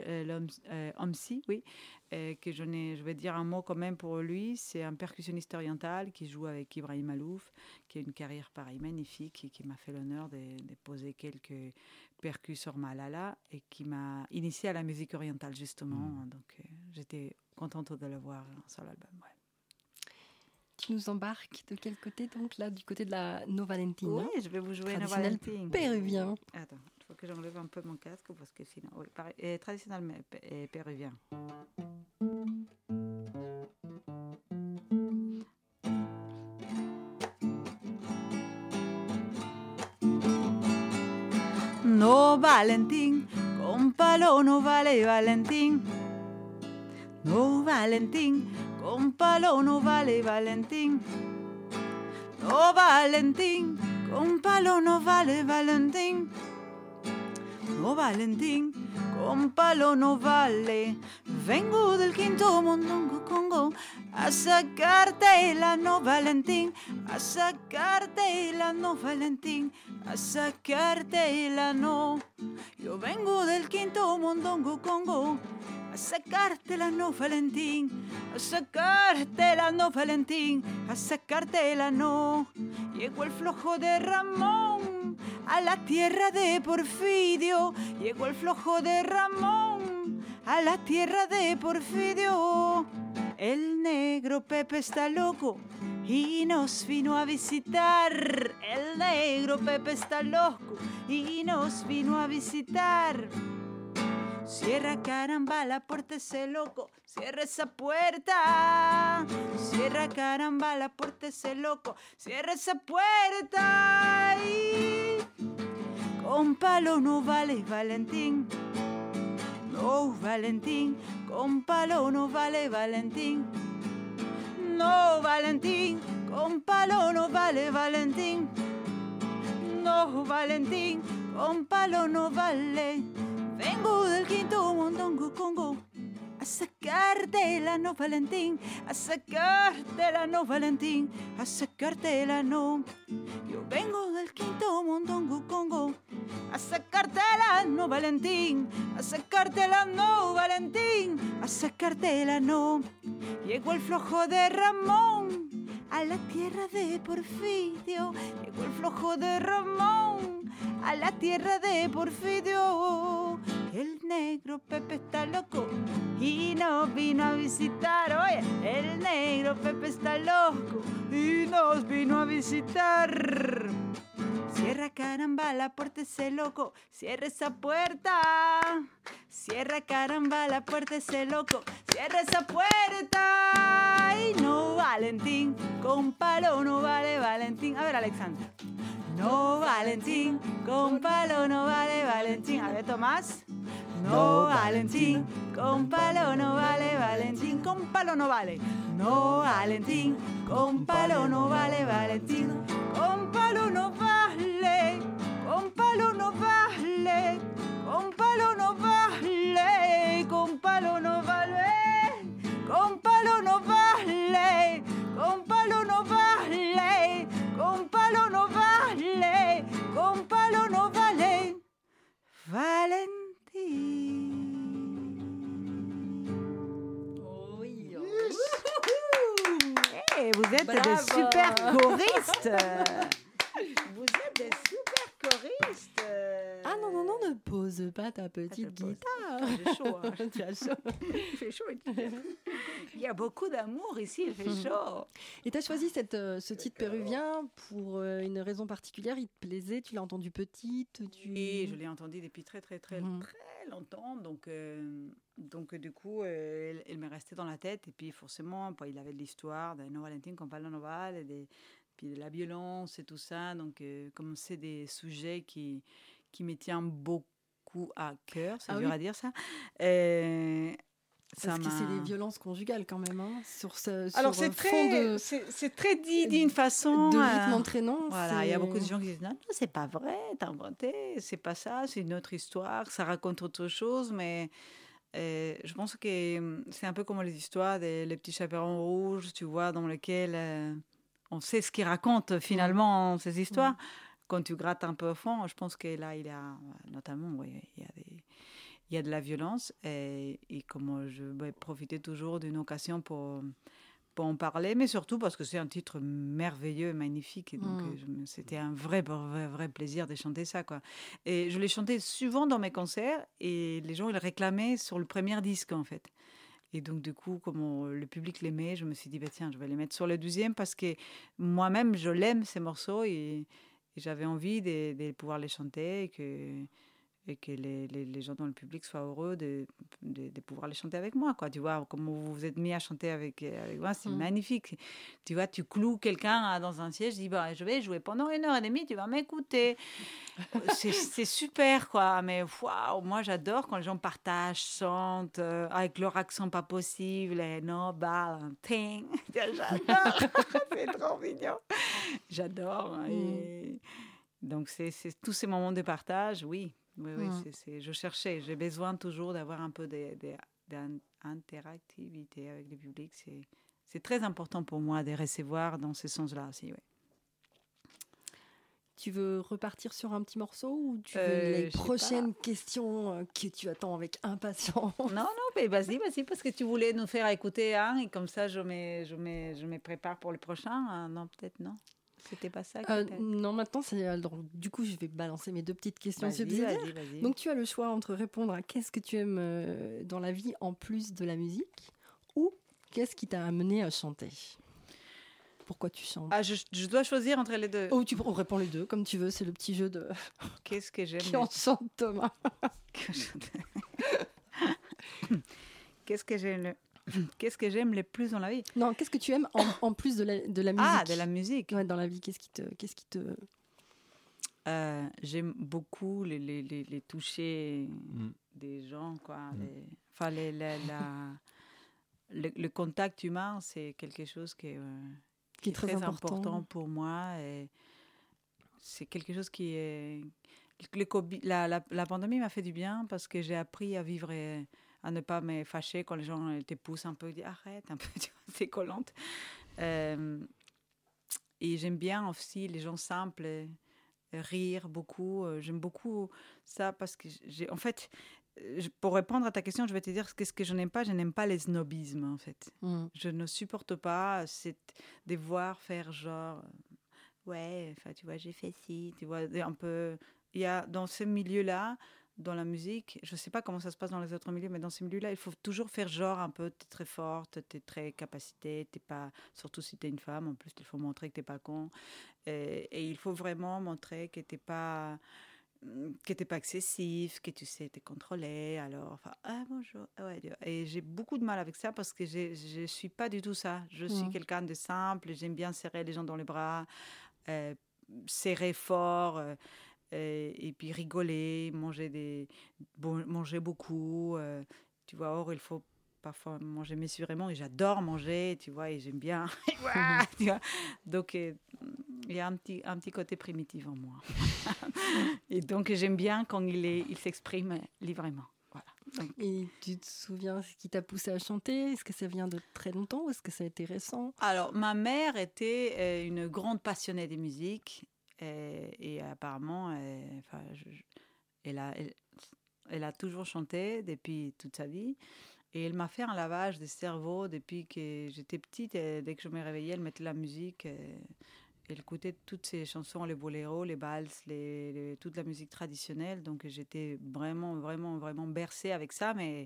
Omsi, oui, que je vais dire un mot quand même pour lui. C'est un percussionniste oriental qui joue avec Ibrahim Malouf, qui a une carrière pareille magnifique et qui m'a fait l'honneur de poser quelques percus sur Malala et qui m'a initié à la musique orientale justement. Donc j'étais contente de le voir sur l'album. Ouais. Tu nous embarques de quel côté, donc là, du côté de la No Valentina? Oui, je vais vous jouer No Valentina. Péruvien. Attends, il faut que j'enlève un peu mon casque parce que sinon... Oui, traditionnel péruvien. No Valentín, con palo no vale Valentín. No Valentín, con palo no vale Valentín. No Valentín, con palo no vale Valentín. No Valentín, con palo no vale. Vengo del quinto mondongo Congo a sacarte la No Valentín, a sacarte la No Valentín, a sacarte la no. Yo vengo del quinto mondongo Congo a sacarte la No Valentín, a sacarte la No Valentín, a sacarte la no. Llegó el flojo de Ramón a la tierra de Porfirio, llegó el flojo de Ramón a la tierra de Porfirio. El negro Pepe está loco y nos vino a visitar. El negro Pepe está loco y nos vino a visitar. Cierra, caramba, la puerta, ese loco, cierra esa puerta. Cierra, caramba, la puerta, ese loco, cierra esa puerta. Y con palo no vale Valentín. No, Valentín, con palo no vale Valentín. No, Valentín, con palo no vale Valentín. No, Valentín, con palo no vale. Vengo del quinto mondongo Congo a sacarte la No Valentín, a sacarte la No Valentín, a sacarte la no. Yo vengo del quinto mondongo Congo a sacarte la No Valentín, a sacarte la No Valentín, a sacarte la no. Llegó el flojo de Ramón a la tierra de Porfirio, llegó el flojo de Ramón a la tierra de Porfirio. El negro Pepe está loco y nos vino a visitar. Oye, el negro Pepe está loco y nos vino a visitar. Cierra, caramba, la puerta, ese loco, cierra esa puerta. Cierra, caramba, la puerta, ese loco, cierra esa puerta. Y no, Valentín, con palo no vale Valentín. A ver, Alexandra. No, Valentín, con palo no vale Valentín. A ver, Tomás. No, Valentín, con palo no vale Valentín. Con palo no vale. No, Valentín, con palo no vale Valentín. Con palo no vale. Con palo no vale. Con palo no vale. Con palo no vale. Con palo no vale. Con palo no vale. Con palo no vale. Con palo no vale. Valentín. Vous êtes Bravo. des super choristes. Vous êtes des super choristes. Ah non, non, non, ne pose pas ta petite pose. guitare. J'ai chaud. Hein. Tu as chaud. Il fait chaud. Il y a beaucoup d'amour ici, il fait chaud. Et tu as choisi ce titre péruvien pour une raison particulière. Il te plaisait, tu l'as entendu petite Et je l'ai entendu depuis très longtemps. Donc du coup, elle m'est restée dans la tête. Et puis forcément, il avait de l'histoire de No Valentín con palo no vale, puis de la violence et tout ça. Donc comme c'est des sujets qui me tiennent beaucoup à cœur, c'est dur à dire ça. Parce que c'est des violences conjugales quand même, hein, Alors sur c'est très dit d'une façon de rythme entraînant. Voilà, il y a beaucoup de gens qui disent non, c'est pas vrai, t'as inventé, c'est pas ça, c'est une autre histoire, ça raconte autre chose, mais je pense que c'est un peu comme les histoires des les petits chaperons rouges, tu vois, dans lesquels on sait ce qu'ils racontent finalement ces histoires. Quand tu grattes un peu au fond, je pense que là il y a notamment, il y a de la violence et comme je vais profiter toujours d'une occasion pour en parler, mais surtout parce que c'est un titre merveilleux, magnifique. Et donc, c'était un vrai plaisir de chanter ça, quoi. Et je l'ai chanté souvent dans mes concerts et les gens, ils réclamaient sur le premier disque, en fait. Et donc, du coup, comme le public l'aimait, je me suis dit, tiens, je vais les mettre sur le deuxième parce que moi-même, je l'aime, ces morceaux, et j'avais envie de pouvoir les chanter et que les gens dans le public soient heureux de pouvoir les chanter avec moi, quoi. Tu vois, comme vous vous êtes mis à chanter avec moi, c'est magnifique. Tu vois, tu cloues quelqu'un dans un siège, je dis, je vais jouer pendant 1h30, tu vas m'écouter. c'est super, quoi. Mais waouh, moi, j'adore quand les gens partagent, chantent, avec leur accent pas possible, et no Valentín. J'adore. C'est trop mignon. J'adore. Et donc, c'est tous ces moments de partage, oui. Oui, je cherchais. J'ai besoin toujours d'avoir un peu d'interactivité avec le public. C'est très important pour moi de recevoir dans ce sens-là aussi. Ouais. Tu veux repartir sur un petit morceau ou tu veux les prochaines questions que tu attends avec impatience? Non, mais vas-y, parce que tu voulais nous faire écouter un et comme ça, je me prépare pour le prochain. Non, peut-être non. C'était pas ça non, maintenant, du coup, je vais balancer mes deux petites questions subsidiaires. Vas-y. Donc, tu as le choix entre répondre à qu'est-ce que tu aimes dans la vie en plus de la musique ou qu'est-ce qui t'a amené à chanter. Pourquoi tu chantes? Je dois choisir entre les deux. Oh, on répond les deux, comme tu veux. C'est le petit jeu de... Qu'est-ce que j'aime qui enchante Thomas. Qu'est-ce que j'aime le plus dans la vie? Non, qu'est-ce que tu aimes en plus de la musique? Ah, de la musique. Ouais, dans la vie, qu'est-ce qui te... J'aime beaucoup les toucher des gens, quoi. Le contact humain, c'est quelque chose qui est très important pour moi. Et c'est quelque chose qui est... La pandémie m'a fait du bien parce que j'ai appris à vivre... à ne pas me fâcher quand les gens te poussent un peu, disent arrête un peu, tu vois, c'est collante. Et j'aime bien aussi les gens simples, rire beaucoup. J'aime beaucoup ça parce que en fait, pour répondre à ta question, je vais te dire qu'est-ce que je n'aime pas. Je n'aime pas les snobismes, en fait. Je ne supporte pas de voir faire genre ouais, enfin tu vois, j'ai fait ci, tu vois, un peu. Il y a dans ce milieu-là dans la musique, je ne sais pas comment ça se passe dans les autres milieux, mais dans ces milieux-là, il faut toujours faire genre un peu, tu es très forte, tu es très capacité, t'es pas, surtout si tu es une femme, en plus, il faut montrer que tu n'es pas con. Et il faut vraiment montrer que tu n'es pas excessif, que tu sais te contrôler. Alors, enfin, bonjour. Ouais, et j'ai beaucoup de mal avec ça parce que je ne suis pas du tout ça. Je suis quelqu'un de simple, j'aime bien serrer les gens dans les bras, serrer fort. Et puis rigoler, manger beaucoup. Tu vois, or, il faut parfois manger mesurément. Et j'adore manger, tu vois, et j'aime bien. Tu vois. Donc, il y a un petit côté primitif en moi. Et donc, j'aime bien quand il s'exprime librement. Voilà. Donc, et tu te souviens ce qui t'a poussé à chanter? Est-ce que ça vient de très longtemps ou est-ce que ça a été récent? alors, ma mère était une grande passionnée de musique. Et apparemment, elle a toujours chanté depuis toute sa vie. Et elle m'a fait un lavage de cerveau depuis que j'étais petite. Et dès que je me réveillais, elle mettait la musique. Elle écoutait toutes ces chansons, les boléros, les valses, toute la musique traditionnelle. Donc j'étais vraiment, vraiment, vraiment bercée avec ça, mais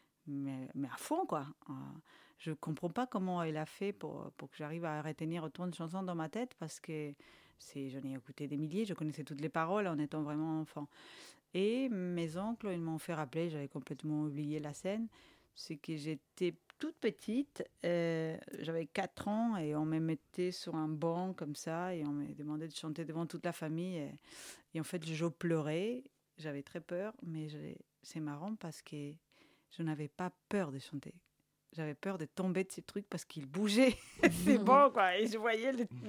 à fond, quoi. Je ne comprends pas comment elle a fait pour que j'arrive à retenir autant de chansons dans ma tête parce que j'en ai écouté des milliers, je connaissais toutes les paroles en étant vraiment enfant. Et mes oncles, ils m'ont fait rappeler, j'avais complètement oublié la scène, c'est que j'étais toute petite, j'avais 4 ans et on me mettait sur un banc comme ça et on me demandait de chanter devant toute la famille. Et en fait, je pleurais, j'avais très peur, mais c'est marrant parce que je n'avais pas peur de chanter. J'avais peur de tomber de ces trucs parce qu'ils bougeaient. C'est bon, quoi. Et je voyais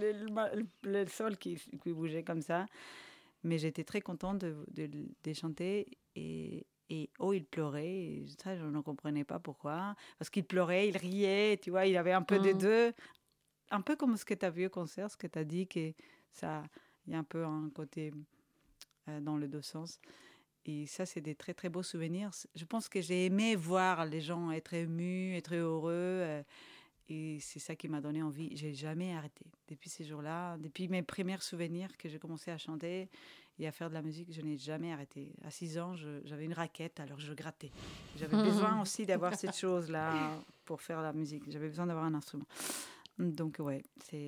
le sol qui bougeait comme ça. Mais j'étais très contente de chanter. Et il pleurait. Et ça, je ne comprenais pas pourquoi. Parce qu'il pleurait, il riait. Tu vois, il avait un peu des deux. Un peu comme ce que tu as vu au concert, ce que tu as dit, qu'il y a un peu un côté dans les deux sens. Et ça, c'est des très, très beaux souvenirs. Je pense que j'ai aimé voir les gens être émus, être heureux. Et c'est ça qui m'a donné envie. Je n'ai jamais arrêté. Depuis ces jours-là, depuis mes premiers souvenirs que j'ai commencé à chanter et à faire de la musique, je n'ai jamais arrêté. À 6 ans, j'avais une raquette, alors je grattais. J'avais besoin aussi d'avoir cette chose-là pour faire la musique. J'avais besoin d'avoir un instrument. Donc, ouais,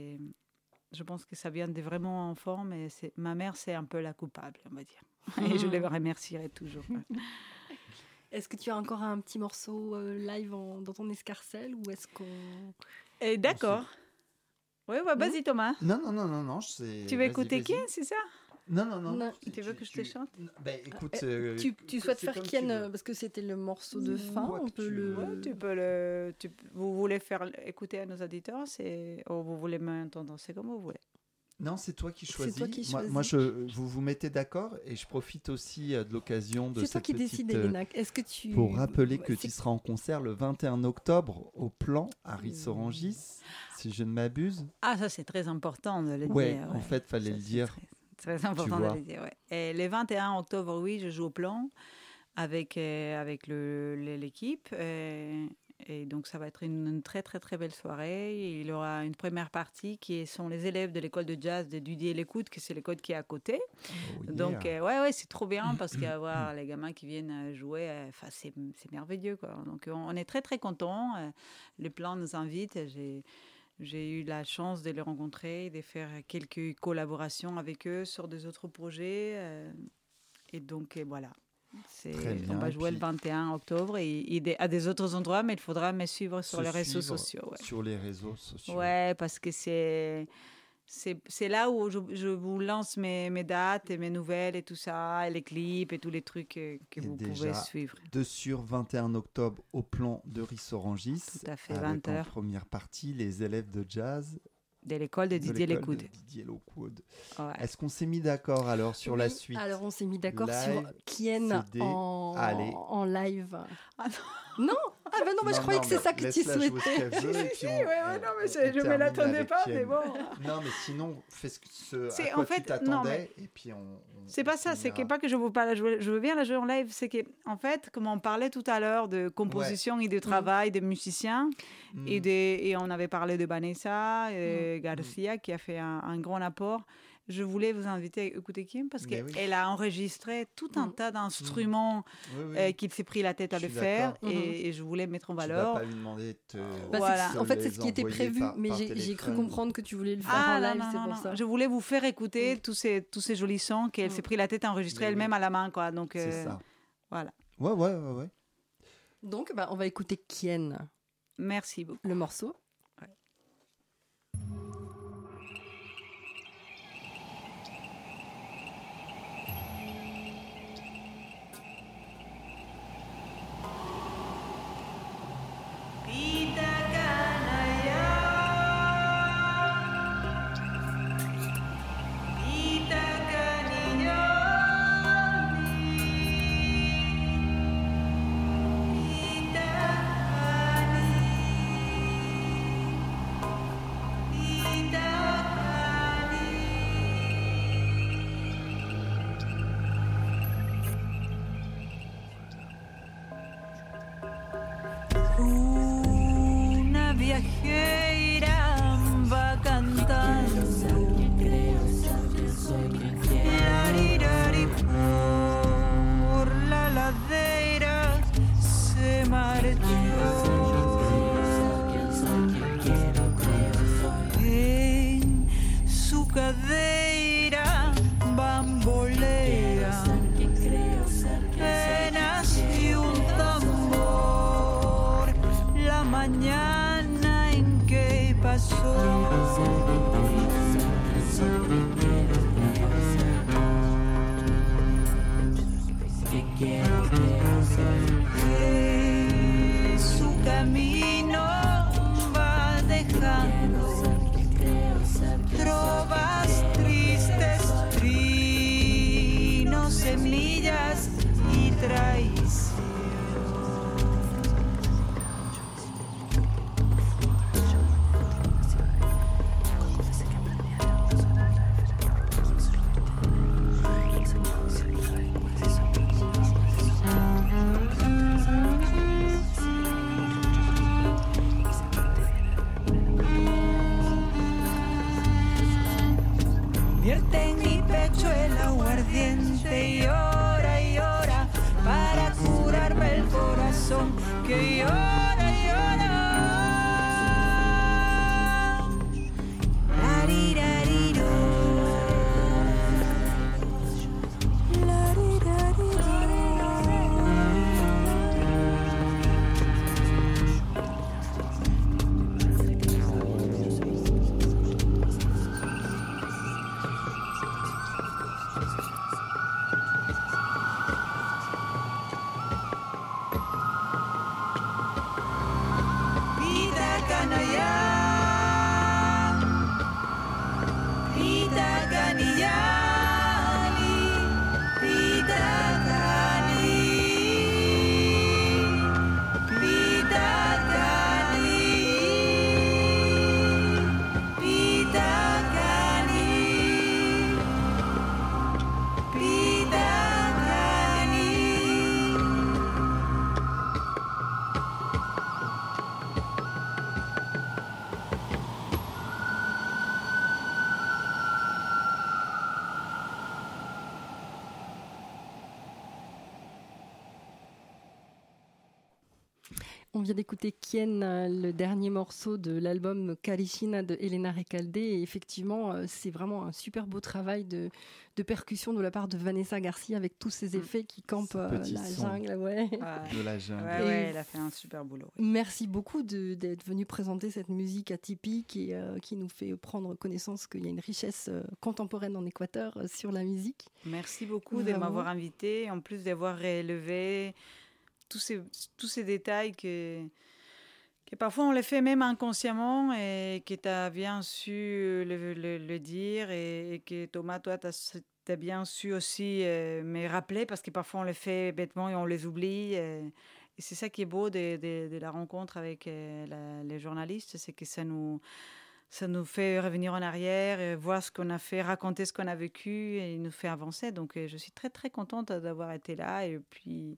je pense que ça vient de vraiment enfant, mais ma mère, c'est un peu la coupable, on va dire. Et je les remercierai toujours. Est-ce que tu as encore un petit morceau live dans ton escarcelle ou est-ce qu'on... D'accord. Oui, vas-y Thomas. Non. Tu veux écouter Kien, c'est ça? Non. Tu veux que je te chante? Écoute, tu souhaites faire Kien parce que c'était le morceau de fin. Vous voulez faire écouter à nos auditeurs, ou vous voulez m'entendre, c'est comme vous voulez. Non, c'est toi qui choisis. C'est toi qui choisis. Moi, vous mettez d'accord et je profite aussi de l'occasion de cette cette petite... C'est toi qui décides, Elena. Est-ce que tu... Pour rappeler que tu seras en concert le 21 octobre au Plan à Rissorangis, si je ne m'abuse. Ah, ça c'est très important de le dire. Ouais, en fait, fallait le dire. Très important de le dire, ouais. Et le 21 octobre, oui, je joue au Plan avec l'équipe. Et donc, ça va être une très, très, très belle soirée. Il y aura une première partie qui sont les élèves de l'école de jazz de Dudier l'Écoute, que c'est l'école qui est à côté. Oh, yeah. Donc, ouais, c'est trop bien parce qu'avoir les gamins qui viennent jouer, c'est merveilleux, quoi. Donc, on est très, très contents. Le Plan nous invite. J'ai eu la chance de les rencontrer, de faire quelques collaborations avec eux sur des autres projets. Et donc, voilà. On va jouer le 21 octobre et à des autres endroits, mais il faudra me suivre sur les réseaux sociaux. Ouais. Sur les réseaux sociaux. Ouais, parce que c'est là où je vous lance mes dates et mes nouvelles et tout ça, et les clips et tous les trucs que vous pouvez suivre. De sur 21 octobre au Plan de Rissorangis. Tout à fait, avec 20h. En première partie, les élèves de jazz. De l'école de Didier Lécoud. Ouais. Est-ce qu'on s'est mis d'accord alors sur la suite? Alors on s'est mis d'accord sur Kien en live. Ah non. Ah ben non, mais je croyais que c'est ça que tu souhaitais. Non, mais je ne me l'attendais pas, mais bon. Non, mais sinon, fais à quoi tu t'attendais et puis on c'est pas ça, c'est pas que je veux pas la jouer, je veux bien la jouer en live, c'est que en fait, comme on parlait tout à l'heure de composition et de travail des musiciens, et on avait parlé de Vanessa Garcia qui a fait un grand apport. je voulais vous inviter à écouter Kim parce Mais qu'elle oui. a enregistré tout un tas d'instruments Oui. qu'il s'est pris la tête à Je le suis faire d'accord. et je voulais mettre en Tu vas valeur. pas lui demander de te. Voilà. En fait, c'est les ce qui était envoyer prévu, mais par j'ai cru téléphone. comprendre que tu voulais le faire Ah en non, live, non, c'est non, pour non. ça. Je voulais vous faire écouter tous ces jolis sons qu'elle s'est pris la tête à enregistrer Mais oui. elle-même à la main, quoi. Donc, C'est ça. voilà. Ouais. Donc, on va écouter Kien, Merci beaucoup. le morceau. Una viajera va cantando. Larirari, por la ladera se marchó. En su cadera bambolea penas y un tambor. La mañana en que pasó. Su camino va dejando trovas tristes, trinos, semillas y traición. Vierte en mi pecho el aguardiente y llora para curarme el corazón que llora, llora. Larirariro. Pita canalla, pita canillani, pita cani, pita cani, pita cani, pita cani. On vient d'écouter Kien, le dernier morceau de l'album Caricina de Elena Recalde. Et effectivement, c'est vraiment un super beau travail de percussion de la part de Vanessa Garcia avec tous ces effets qui campent Petit la son. jungle. Ouais. De la jungle. Ouais, elle a fait un super boulot. Merci beaucoup d'être venu présenter cette musique atypique et qui nous fait prendre connaissance qu'il y a une richesse contemporaine en Équateur sur la musique. Merci beaucoup de Vraiment. m'avoir invité, en plus d'avoir relevé tous ces détails que parfois on les fait même inconsciemment et que tu as bien su le dire et que Thomas, toi, tu as bien su aussi me rappeler parce que parfois on les fait bêtement et on les oublie. Et c'est ça qui est beau de la rencontre avec les journalistes, c'est que ça nous fait revenir en arrière, voir ce qu'on a fait, raconter ce qu'on a vécu et nous fait avancer. Donc, je suis très, très contente d'avoir été là et puis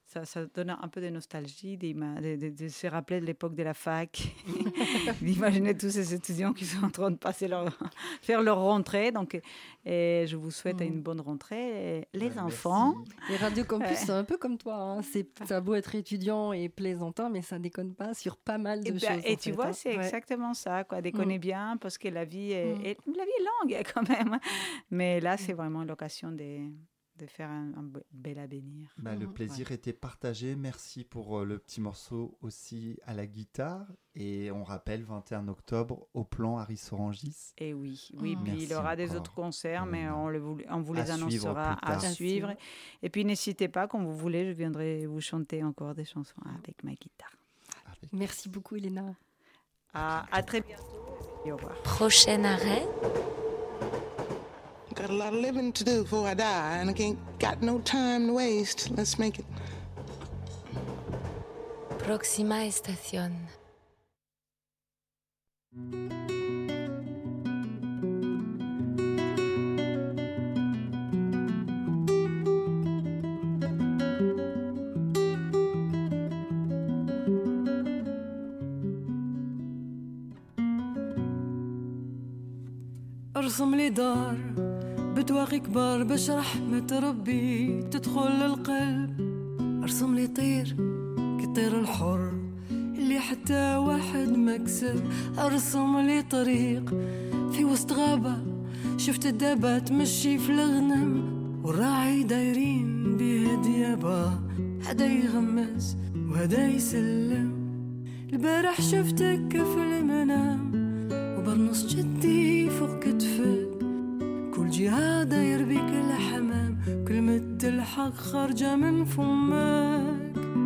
ça donne un peu de nostalgie de se rappeler de l'époque de la fac, d'imaginer tous ces étudiants qui sont en train de faire leur rentrée. Donc, et je vous souhaite une bonne rentrée. Et les enfants... Les Radio Campus, c'est un peu comme toi. Hein. Ça a beau être étudiant et plaisantin, mais ça déconne pas sur pas mal de choses. Et tu vois, c'est exactement ça. Déconner bien, parce que la vie est longue quand même. Mais là, c'est vraiment l'occasion de faire un bel avenir. Le plaisir était partagé. Merci pour le petit morceau aussi à la guitare. Et on rappelle, 21 octobre, au plan Harris Orangis. Et oui. Puis il y aura des autres concerts, mais on vous les annoncera à suivre. Et puis n'hésitez pas, quand vous voulez, je viendrai vous chanter encore des chansons avec ma guitare. Merci beaucoup, Elena. À très bientôt. Et au revoir. Prochain arrêt. Got a lot of living to do before I die, and I ain't got no time to waste. Let's make it. Próxima estación. ارسم لي دار بتواقي كبار باش رحمة ربي تدخل للقلب. ارسم لي طير كطير الحر اللي حتى واحد ما كسب. ارسم لي طريق في وسط غابة شفت الدابة تمشي في الغنم والراعي دايرين بيه ديابة. هدا يغمس وهدا يسلم. البارح شفتك في المنام وبرنص جدي فوق كتفك. كل جهة داير بيك الحمام كلمة الحق خارجة من فمك.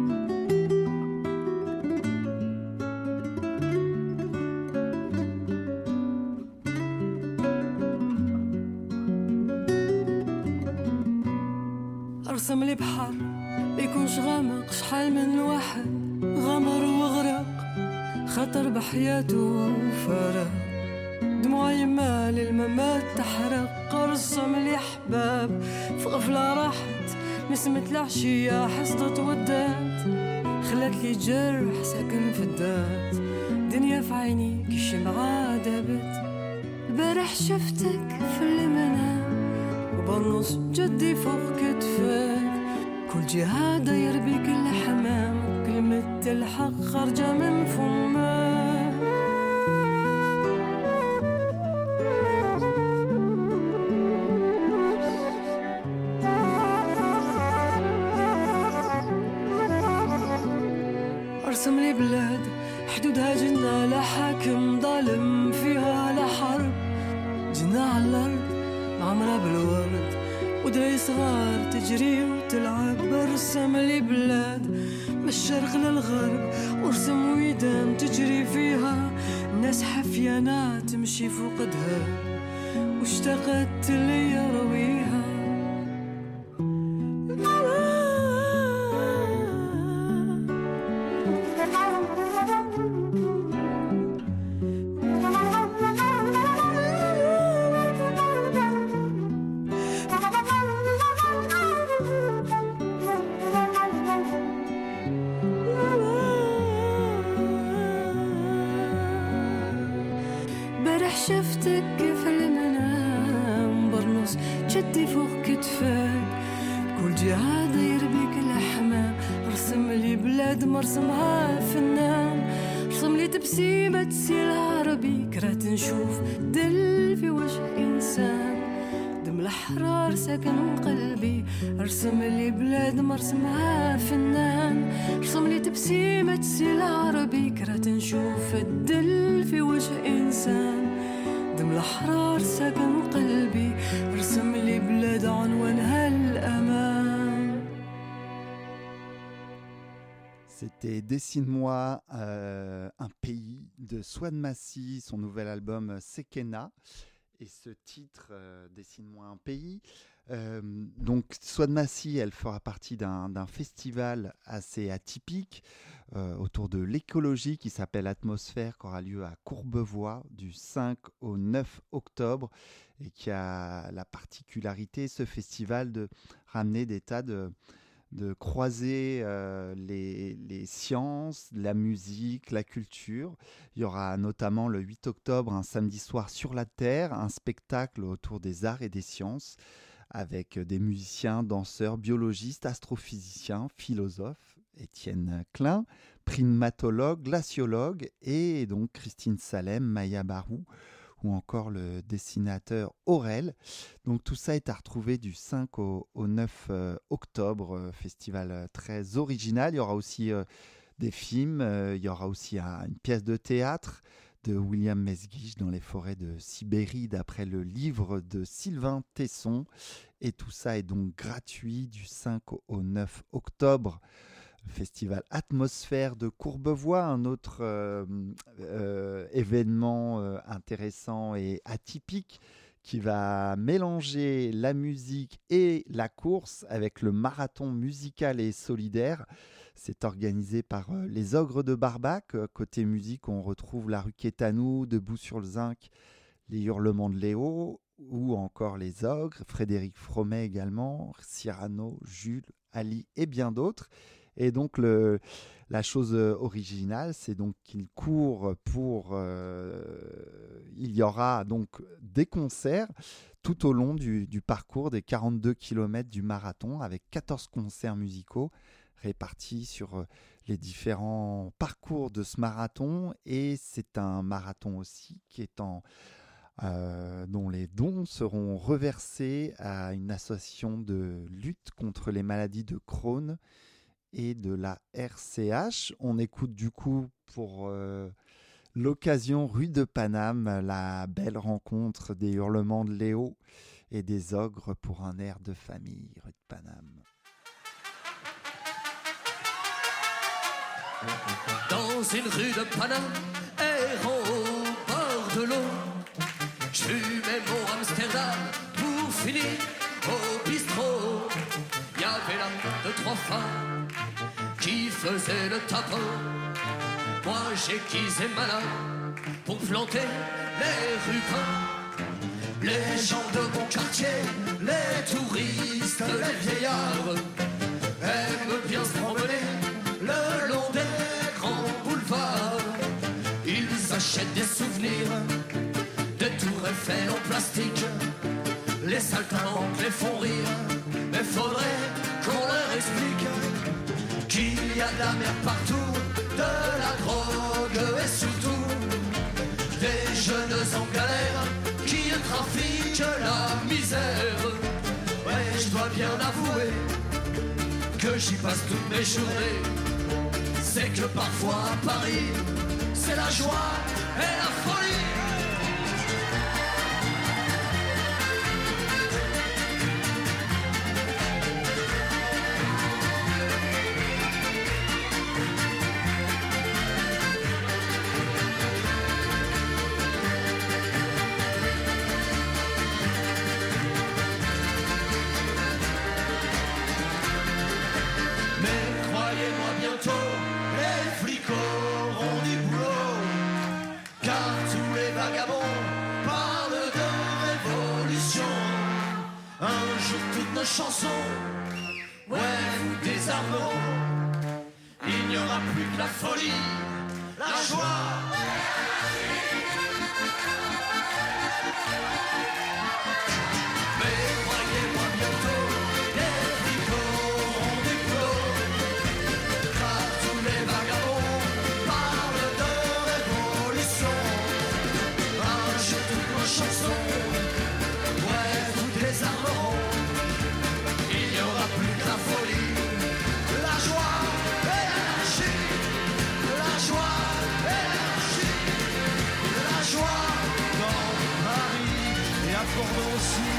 ارسم لي بحر بيكونش غامق شحال من واحد غمر وغرق خطر بحياته وفارق. دموع يما للممات تحرق. ارسم لي حباب في غفلة راحت نسمة العشية حصدت ودات. خلت لي جرح ساكن في الذات. دنيا في عيني كي الشمعة دابت. البارح شفتك في المنام وبرنص جدي فوق كتفك. كل جهة داير بيك الحمام كلمة الحق خارجة من فمك. ارسم لي بلاد حدودها جنة لا حاكم ظالم فيها لا حرب. جنة على الأرض معمرة بالورد ودري صغار تجري وتلعب. ارسم لي بلاد من الشرق للغرب وارسم ويدان تجري فيها ناس حفيانة تمشي فوقدها واشتقت لي رويها. شفتك في المنام برنص جدي فوق كتفك. كل جهة داير بيك الحمام. ارسم لي بلاد مرسمها فنان. ارسم لي تبسيمة تسيل عربي كرهت نشوف دل في وجه إنسان. دم الأحرار ساكن قلبي. ارسم لي بلاد مرسمها فنان. ارسم لي تبسيمة تسيل عربي كرهت نشوف الدل في وجه إنسان. دم الأحرار ساكن قلبي. ارسم لي بلاد عنوانها الأمان. C'était Dessine-moi un pays de Swan Massy, son nouvel album Sekena. Et ce titre, Dessine-moi un pays. Donc Swan Massy, elle fera partie d'un festival assez atypique autour de l'écologie qui s'appelle Atmosphère, qui aura lieu à Courbevoie du 5 au 9 octobre et qui a la particularité, ce festival, de ramener des tas de de croiser les sciences, la musique, la culture. Il y aura notamment le 8 octobre, un samedi soir sur la Terre, un spectacle autour des arts et des sciences avec des musiciens, danseurs, biologistes, astrophysiciens, philosophes, Étienne Klein, primatologue, glaciologue, et donc Christine Salem, Maya Barou, ou encore le dessinateur Aurel. Donc tout ça est à retrouver du 5 au 9 octobre, festival très original. Il y aura aussi des films, il y aura aussi une pièce de théâtre de William Mesguich dans les forêts de Sibérie, d'après le livre de Sylvain Tesson. Et tout ça est donc gratuit du 5 au 9 octobre. Festival Atmosphère de Courbevoie, un autre événement intéressant et atypique qui va mélanger la musique et la course avec le marathon musical et solidaire. C'est organisé par les Ogres de Barbac. Côté musique, on retrouve la rue Quétanou, Debout sur le Zinc, les Hurlements de Léo ou encore les Ogres, Frédéric Fromet également, Cyrano, Jules, Ali et bien d'autres. Et donc la chose originale, c'est donc qu'il court pour... il y aura donc des concerts tout au long du parcours des 42 km du marathon, avec 14 concerts musicaux répartis sur les différents parcours de ce marathon. Et c'est un marathon aussi qui est dont les dons seront reversés à une association de lutte contre les maladies de Crohn et de la RCH. On écoute du coup pour l'occasion Rue de Paname, la belle rencontre des Hurlements de Léo et des Ogres pour un air de famille, Rue de Paname. Dans une rue de Paname, errant au bord de l'eau, j'fumais mon Amsterdam pour finir au bistrot. Y avait là 2-3 femmes qui faisaient le tapin. Moi j'ai quitté malin pour planter les rupins. Les gens de mon quartier, les touristes, les vieillards aiment bien se promener le long des grands boulevards. Ils achètent des souvenirs, des tours Eiffel en plastique. Les saltimbanques les font rire, mais faudrait qu'on leur explique qu'il y a de la merde partout, de la drogue et surtout des jeunes en galère qui trafiquent la misère. Ouais, je dois bien avouer que j'y passe toutes mes journées. C'est que parfois à Paris, c'est la joie et la folie. Chanson, ouais, vous désarmeront. Il n'y aura plus que la folie, la joie. Mais croyez-moi bientôt, les flics auront des plots. Car tous les vagabonds parlent de révolution. Un jour toutes nos chansons, ouais, vous désarmeront. La folie, la joie et l'anarchie, la joie et l'anarchie, la joie dans Paris et à Bordeaux aussi.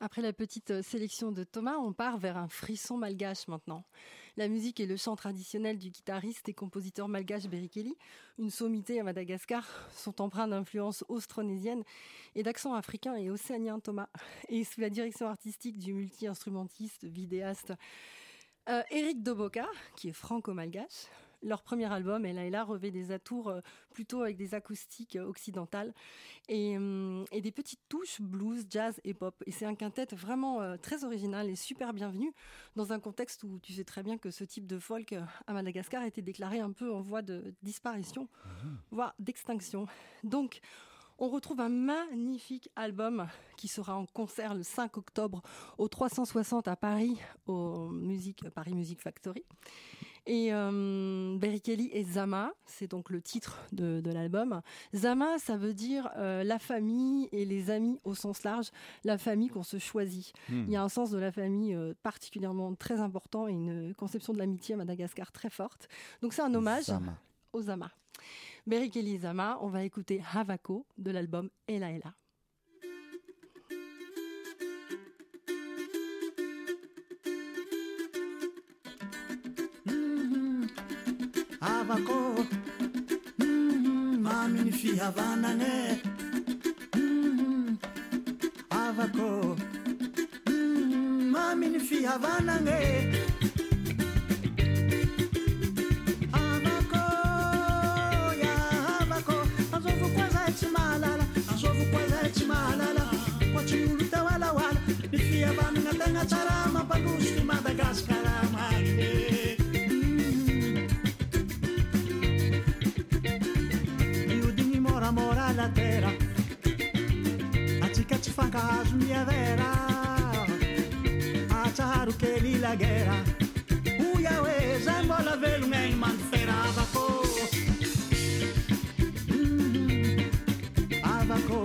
Après la petite sélection de Thomas, on part vers un frisson malgache maintenant. La musique et le chant traditionnel du guitariste et compositeur malgache Berry Kelly, une sommité à Madagascar, sont empreints d'influences austronésiennes et d'accent africain et océanien Thomas. Et sous la direction artistique du multi-instrumentiste, vidéaste Eric Doboka, qui est franco-malgache. Leur premier album, Ella Ella, revêt des atours plutôt avec des acoustiques occidentales et des petites touches blues, jazz et pop. Et c'est un quintet vraiment très original et super bienvenu dans un contexte où tu sais très bien que ce type de folk à Madagascar était déclaré un peu en voie de disparition, voire d'extinction. Donc, on retrouve un magnifique album qui sera en concert le 5 octobre au 360 à Paris, au Paris Music Factory. Et Berry Kelly et Zama, c'est donc le titre de l'album. Zama, ça veut dire la famille et les amis au sens large, la famille qu'on se choisit. Il y a un sens de la famille particulièrement très important et une conception de l'amitié à Madagascar très forte. Donc c'est un hommage aux Zama. Berry Kelly et Zama, on va écouter Havako de l'album Ella Ella. Havako, mami ni fi havanane. Havako, mami ni fi havanane. Havako, ya Havako, azovu kwaza etimalala, azovu kwaza etimalala. Kwa chiulu te wala wala, ni fi havanane tenga charama palus fi Madagascar amare. Mora la terra, a chica ci fa caso mia vera, a charu che li la guerra, uia we zambo la velu ngai man ferava ko, avako,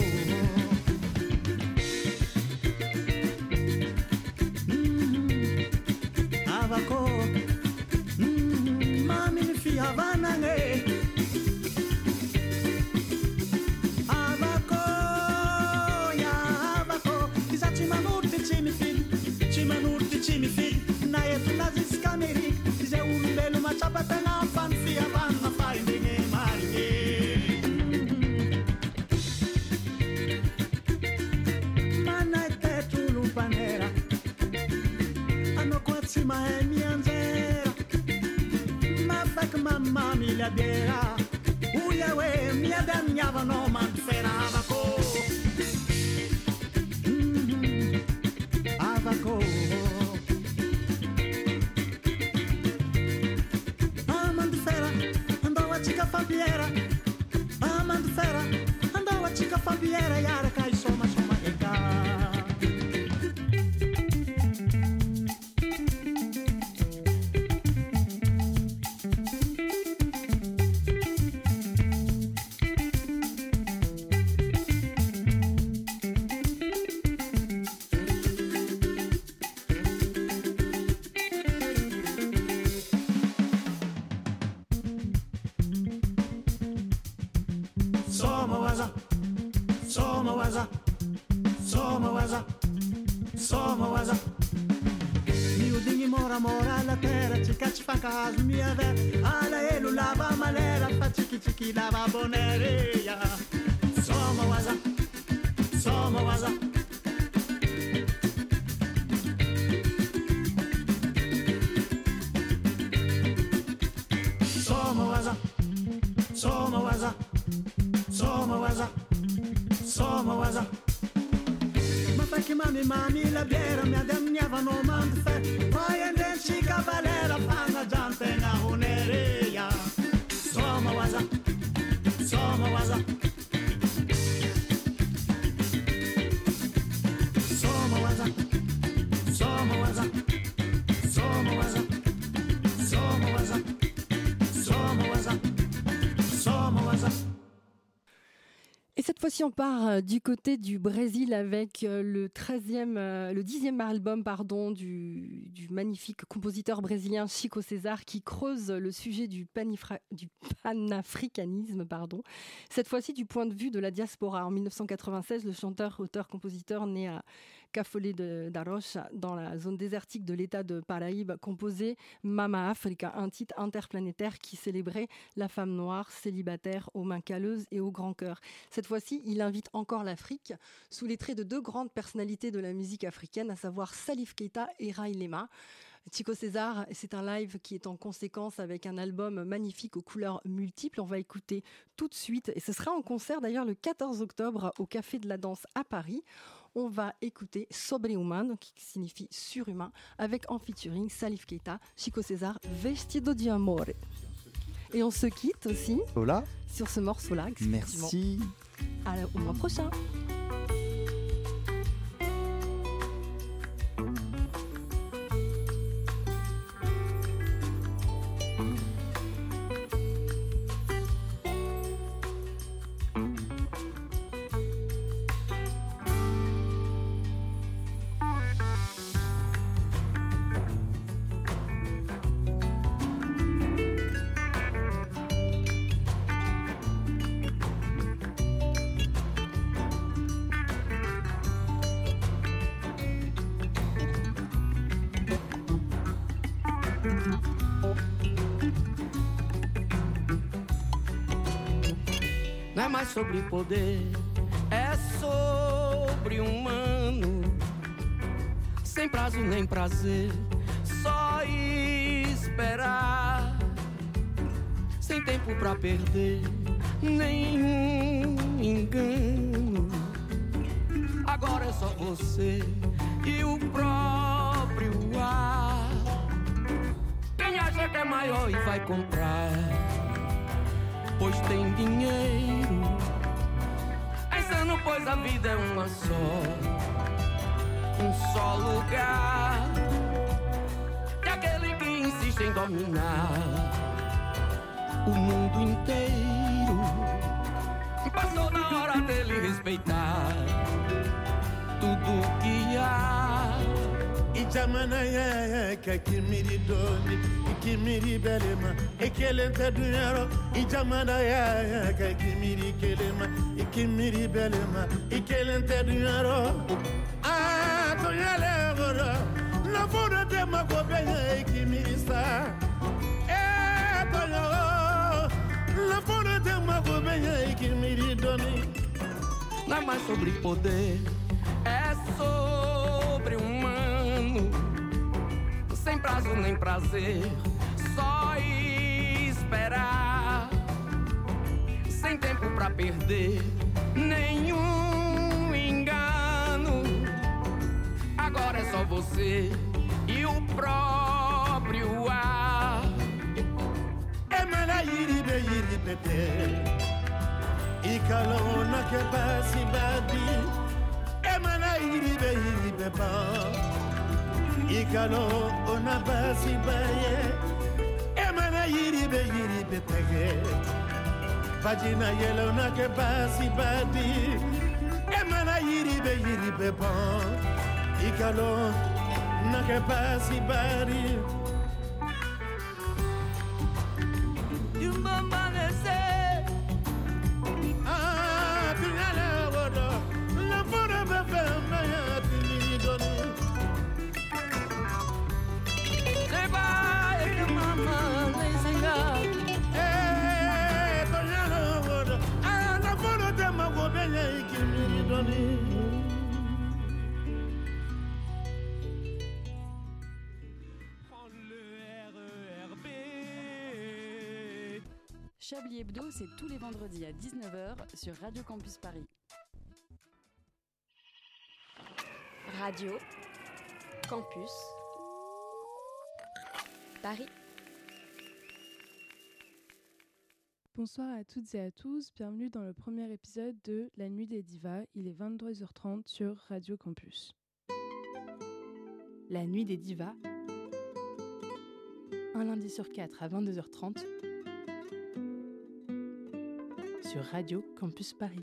avako, mami ni fi havana ne. Chimi fi na yetu nazis kameri ze umbelu machapata na fanfia bana finding maringe mana tetu lupanera ano kwatsi ma mianzera ma fak mamma mi la biera uya we mi adamniava no man ferava ko avako Fabiera, amando fera, andava a chica Fabiera, yara cai soma eka. Somowaza miudingi mora la terra chica ci fa caso mia vera ala elu lava malera fa chiki lava boneria Somowaza Somowaza Somowaza Somowaza Somowaza Somowaza che mami la biera mi adamniava no mand fe poi endenci cavalera fanno giante na uneria Somowaza Somowaza Somowaza Somowaza Somowaza Somowaza Somowaza Somowaza. Et cette fois-ci, on part du côté du Brésil avec le 10e album du magnifique compositeur brésilien Chico César qui creuse le sujet du panafricanisme. Cette fois-ci du point de vue de la diaspora. En 1996, le chanteur, auteur, compositeur né à Cafolé d'Arocha, dans la zone désertique de l'État de Paraíbe, composé Mama Africa, un titre interplanétaire qui célébrait la femme noire, célibataire, aux mains calleuses et au grand cœur. Cette fois-ci, il invite encore l'Afrique sous les traits de deux grandes personnalités de la musique africaine, à savoir Salif Keita et Ray Lema. Chico César, c'est un live qui est en conséquence avec un album magnifique aux couleurs multiples. On va écouter tout de suite, et ce sera en concert d'ailleurs le 14 octobre au Café de la Danse à Paris. On va écouter Sobre-Human, qui signifie surhumain, avec en featuring Salif Keita, Chico César, Vestido de Amore. Et on se quitte aussi sur ce morceau-là. Merci. Au mois prochain. Não é mais sobre poder, é sobre humano. Sem prazo nem prazer, só esperar. Sem tempo pra perder, nenhum engano. Agora é só você e o próprio ar. Quem acha que é maior e vai comprar, pois tem dinheiro. É insano, pois a vida é uma só, um só lugar. E aquele que insiste em dominar o mundo inteiro, passou na hora dele respeitar tudo que há. Ijamana ya kakimiri doni, ikimiri belema, ekelente dunyaro. Ijamana ya kakimiri kelema, ikimiri belema, ekelente dunyaro. Ah, dunyale gora, na foda de magobenya ikimiri sa. Dunyaro, na foda de magobenya ikimiri doni. Não é mais sobre poder, é sobre humano. Sem prazo nem prazer, só esperar. Sem tempo pra perder, nenhum engano. Agora é só você e o próprio ar. É maraíribe, iribe, e calor na que passe badi. É maraíribe, iribe, e calor na passe baie. É maraíribe, iribe, Vagina yellow na que passe badi. É maraíribe, iribe, e calor na que passe badi. Chablis Hebdo, c'est tous les vendredis à 19h sur Radio Campus Paris. Radio Campus Paris. Bonsoir à toutes et à tous, bienvenue dans le premier épisode de La Nuit des Divas. Il est 22h30 sur Radio Campus. La Nuit des Divas, un lundi sur 4 à 22h30 sur Radio Campus Paris.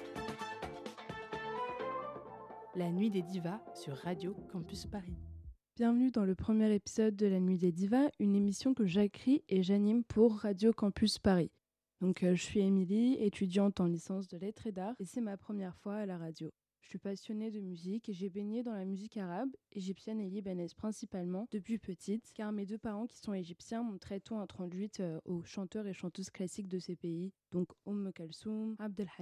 La Nuit des Divas sur Radio Campus Paris. Bienvenue dans le premier épisode de La Nuit des Divas, une émission que j'écris et j'anime pour Radio Campus Paris. Donc je suis Émilie, étudiante en licence de lettres et d'art et c'est ma première fois à la radio. Je suis passionnée de musique et j'ai baigné dans la musique arabe, égyptienne et libanaise principalement depuis petite, car mes deux parents qui sont égyptiens m'ont très tôt introduite aux chanteurs et chanteuses classiques de ces pays, donc Kalsoum, Abdel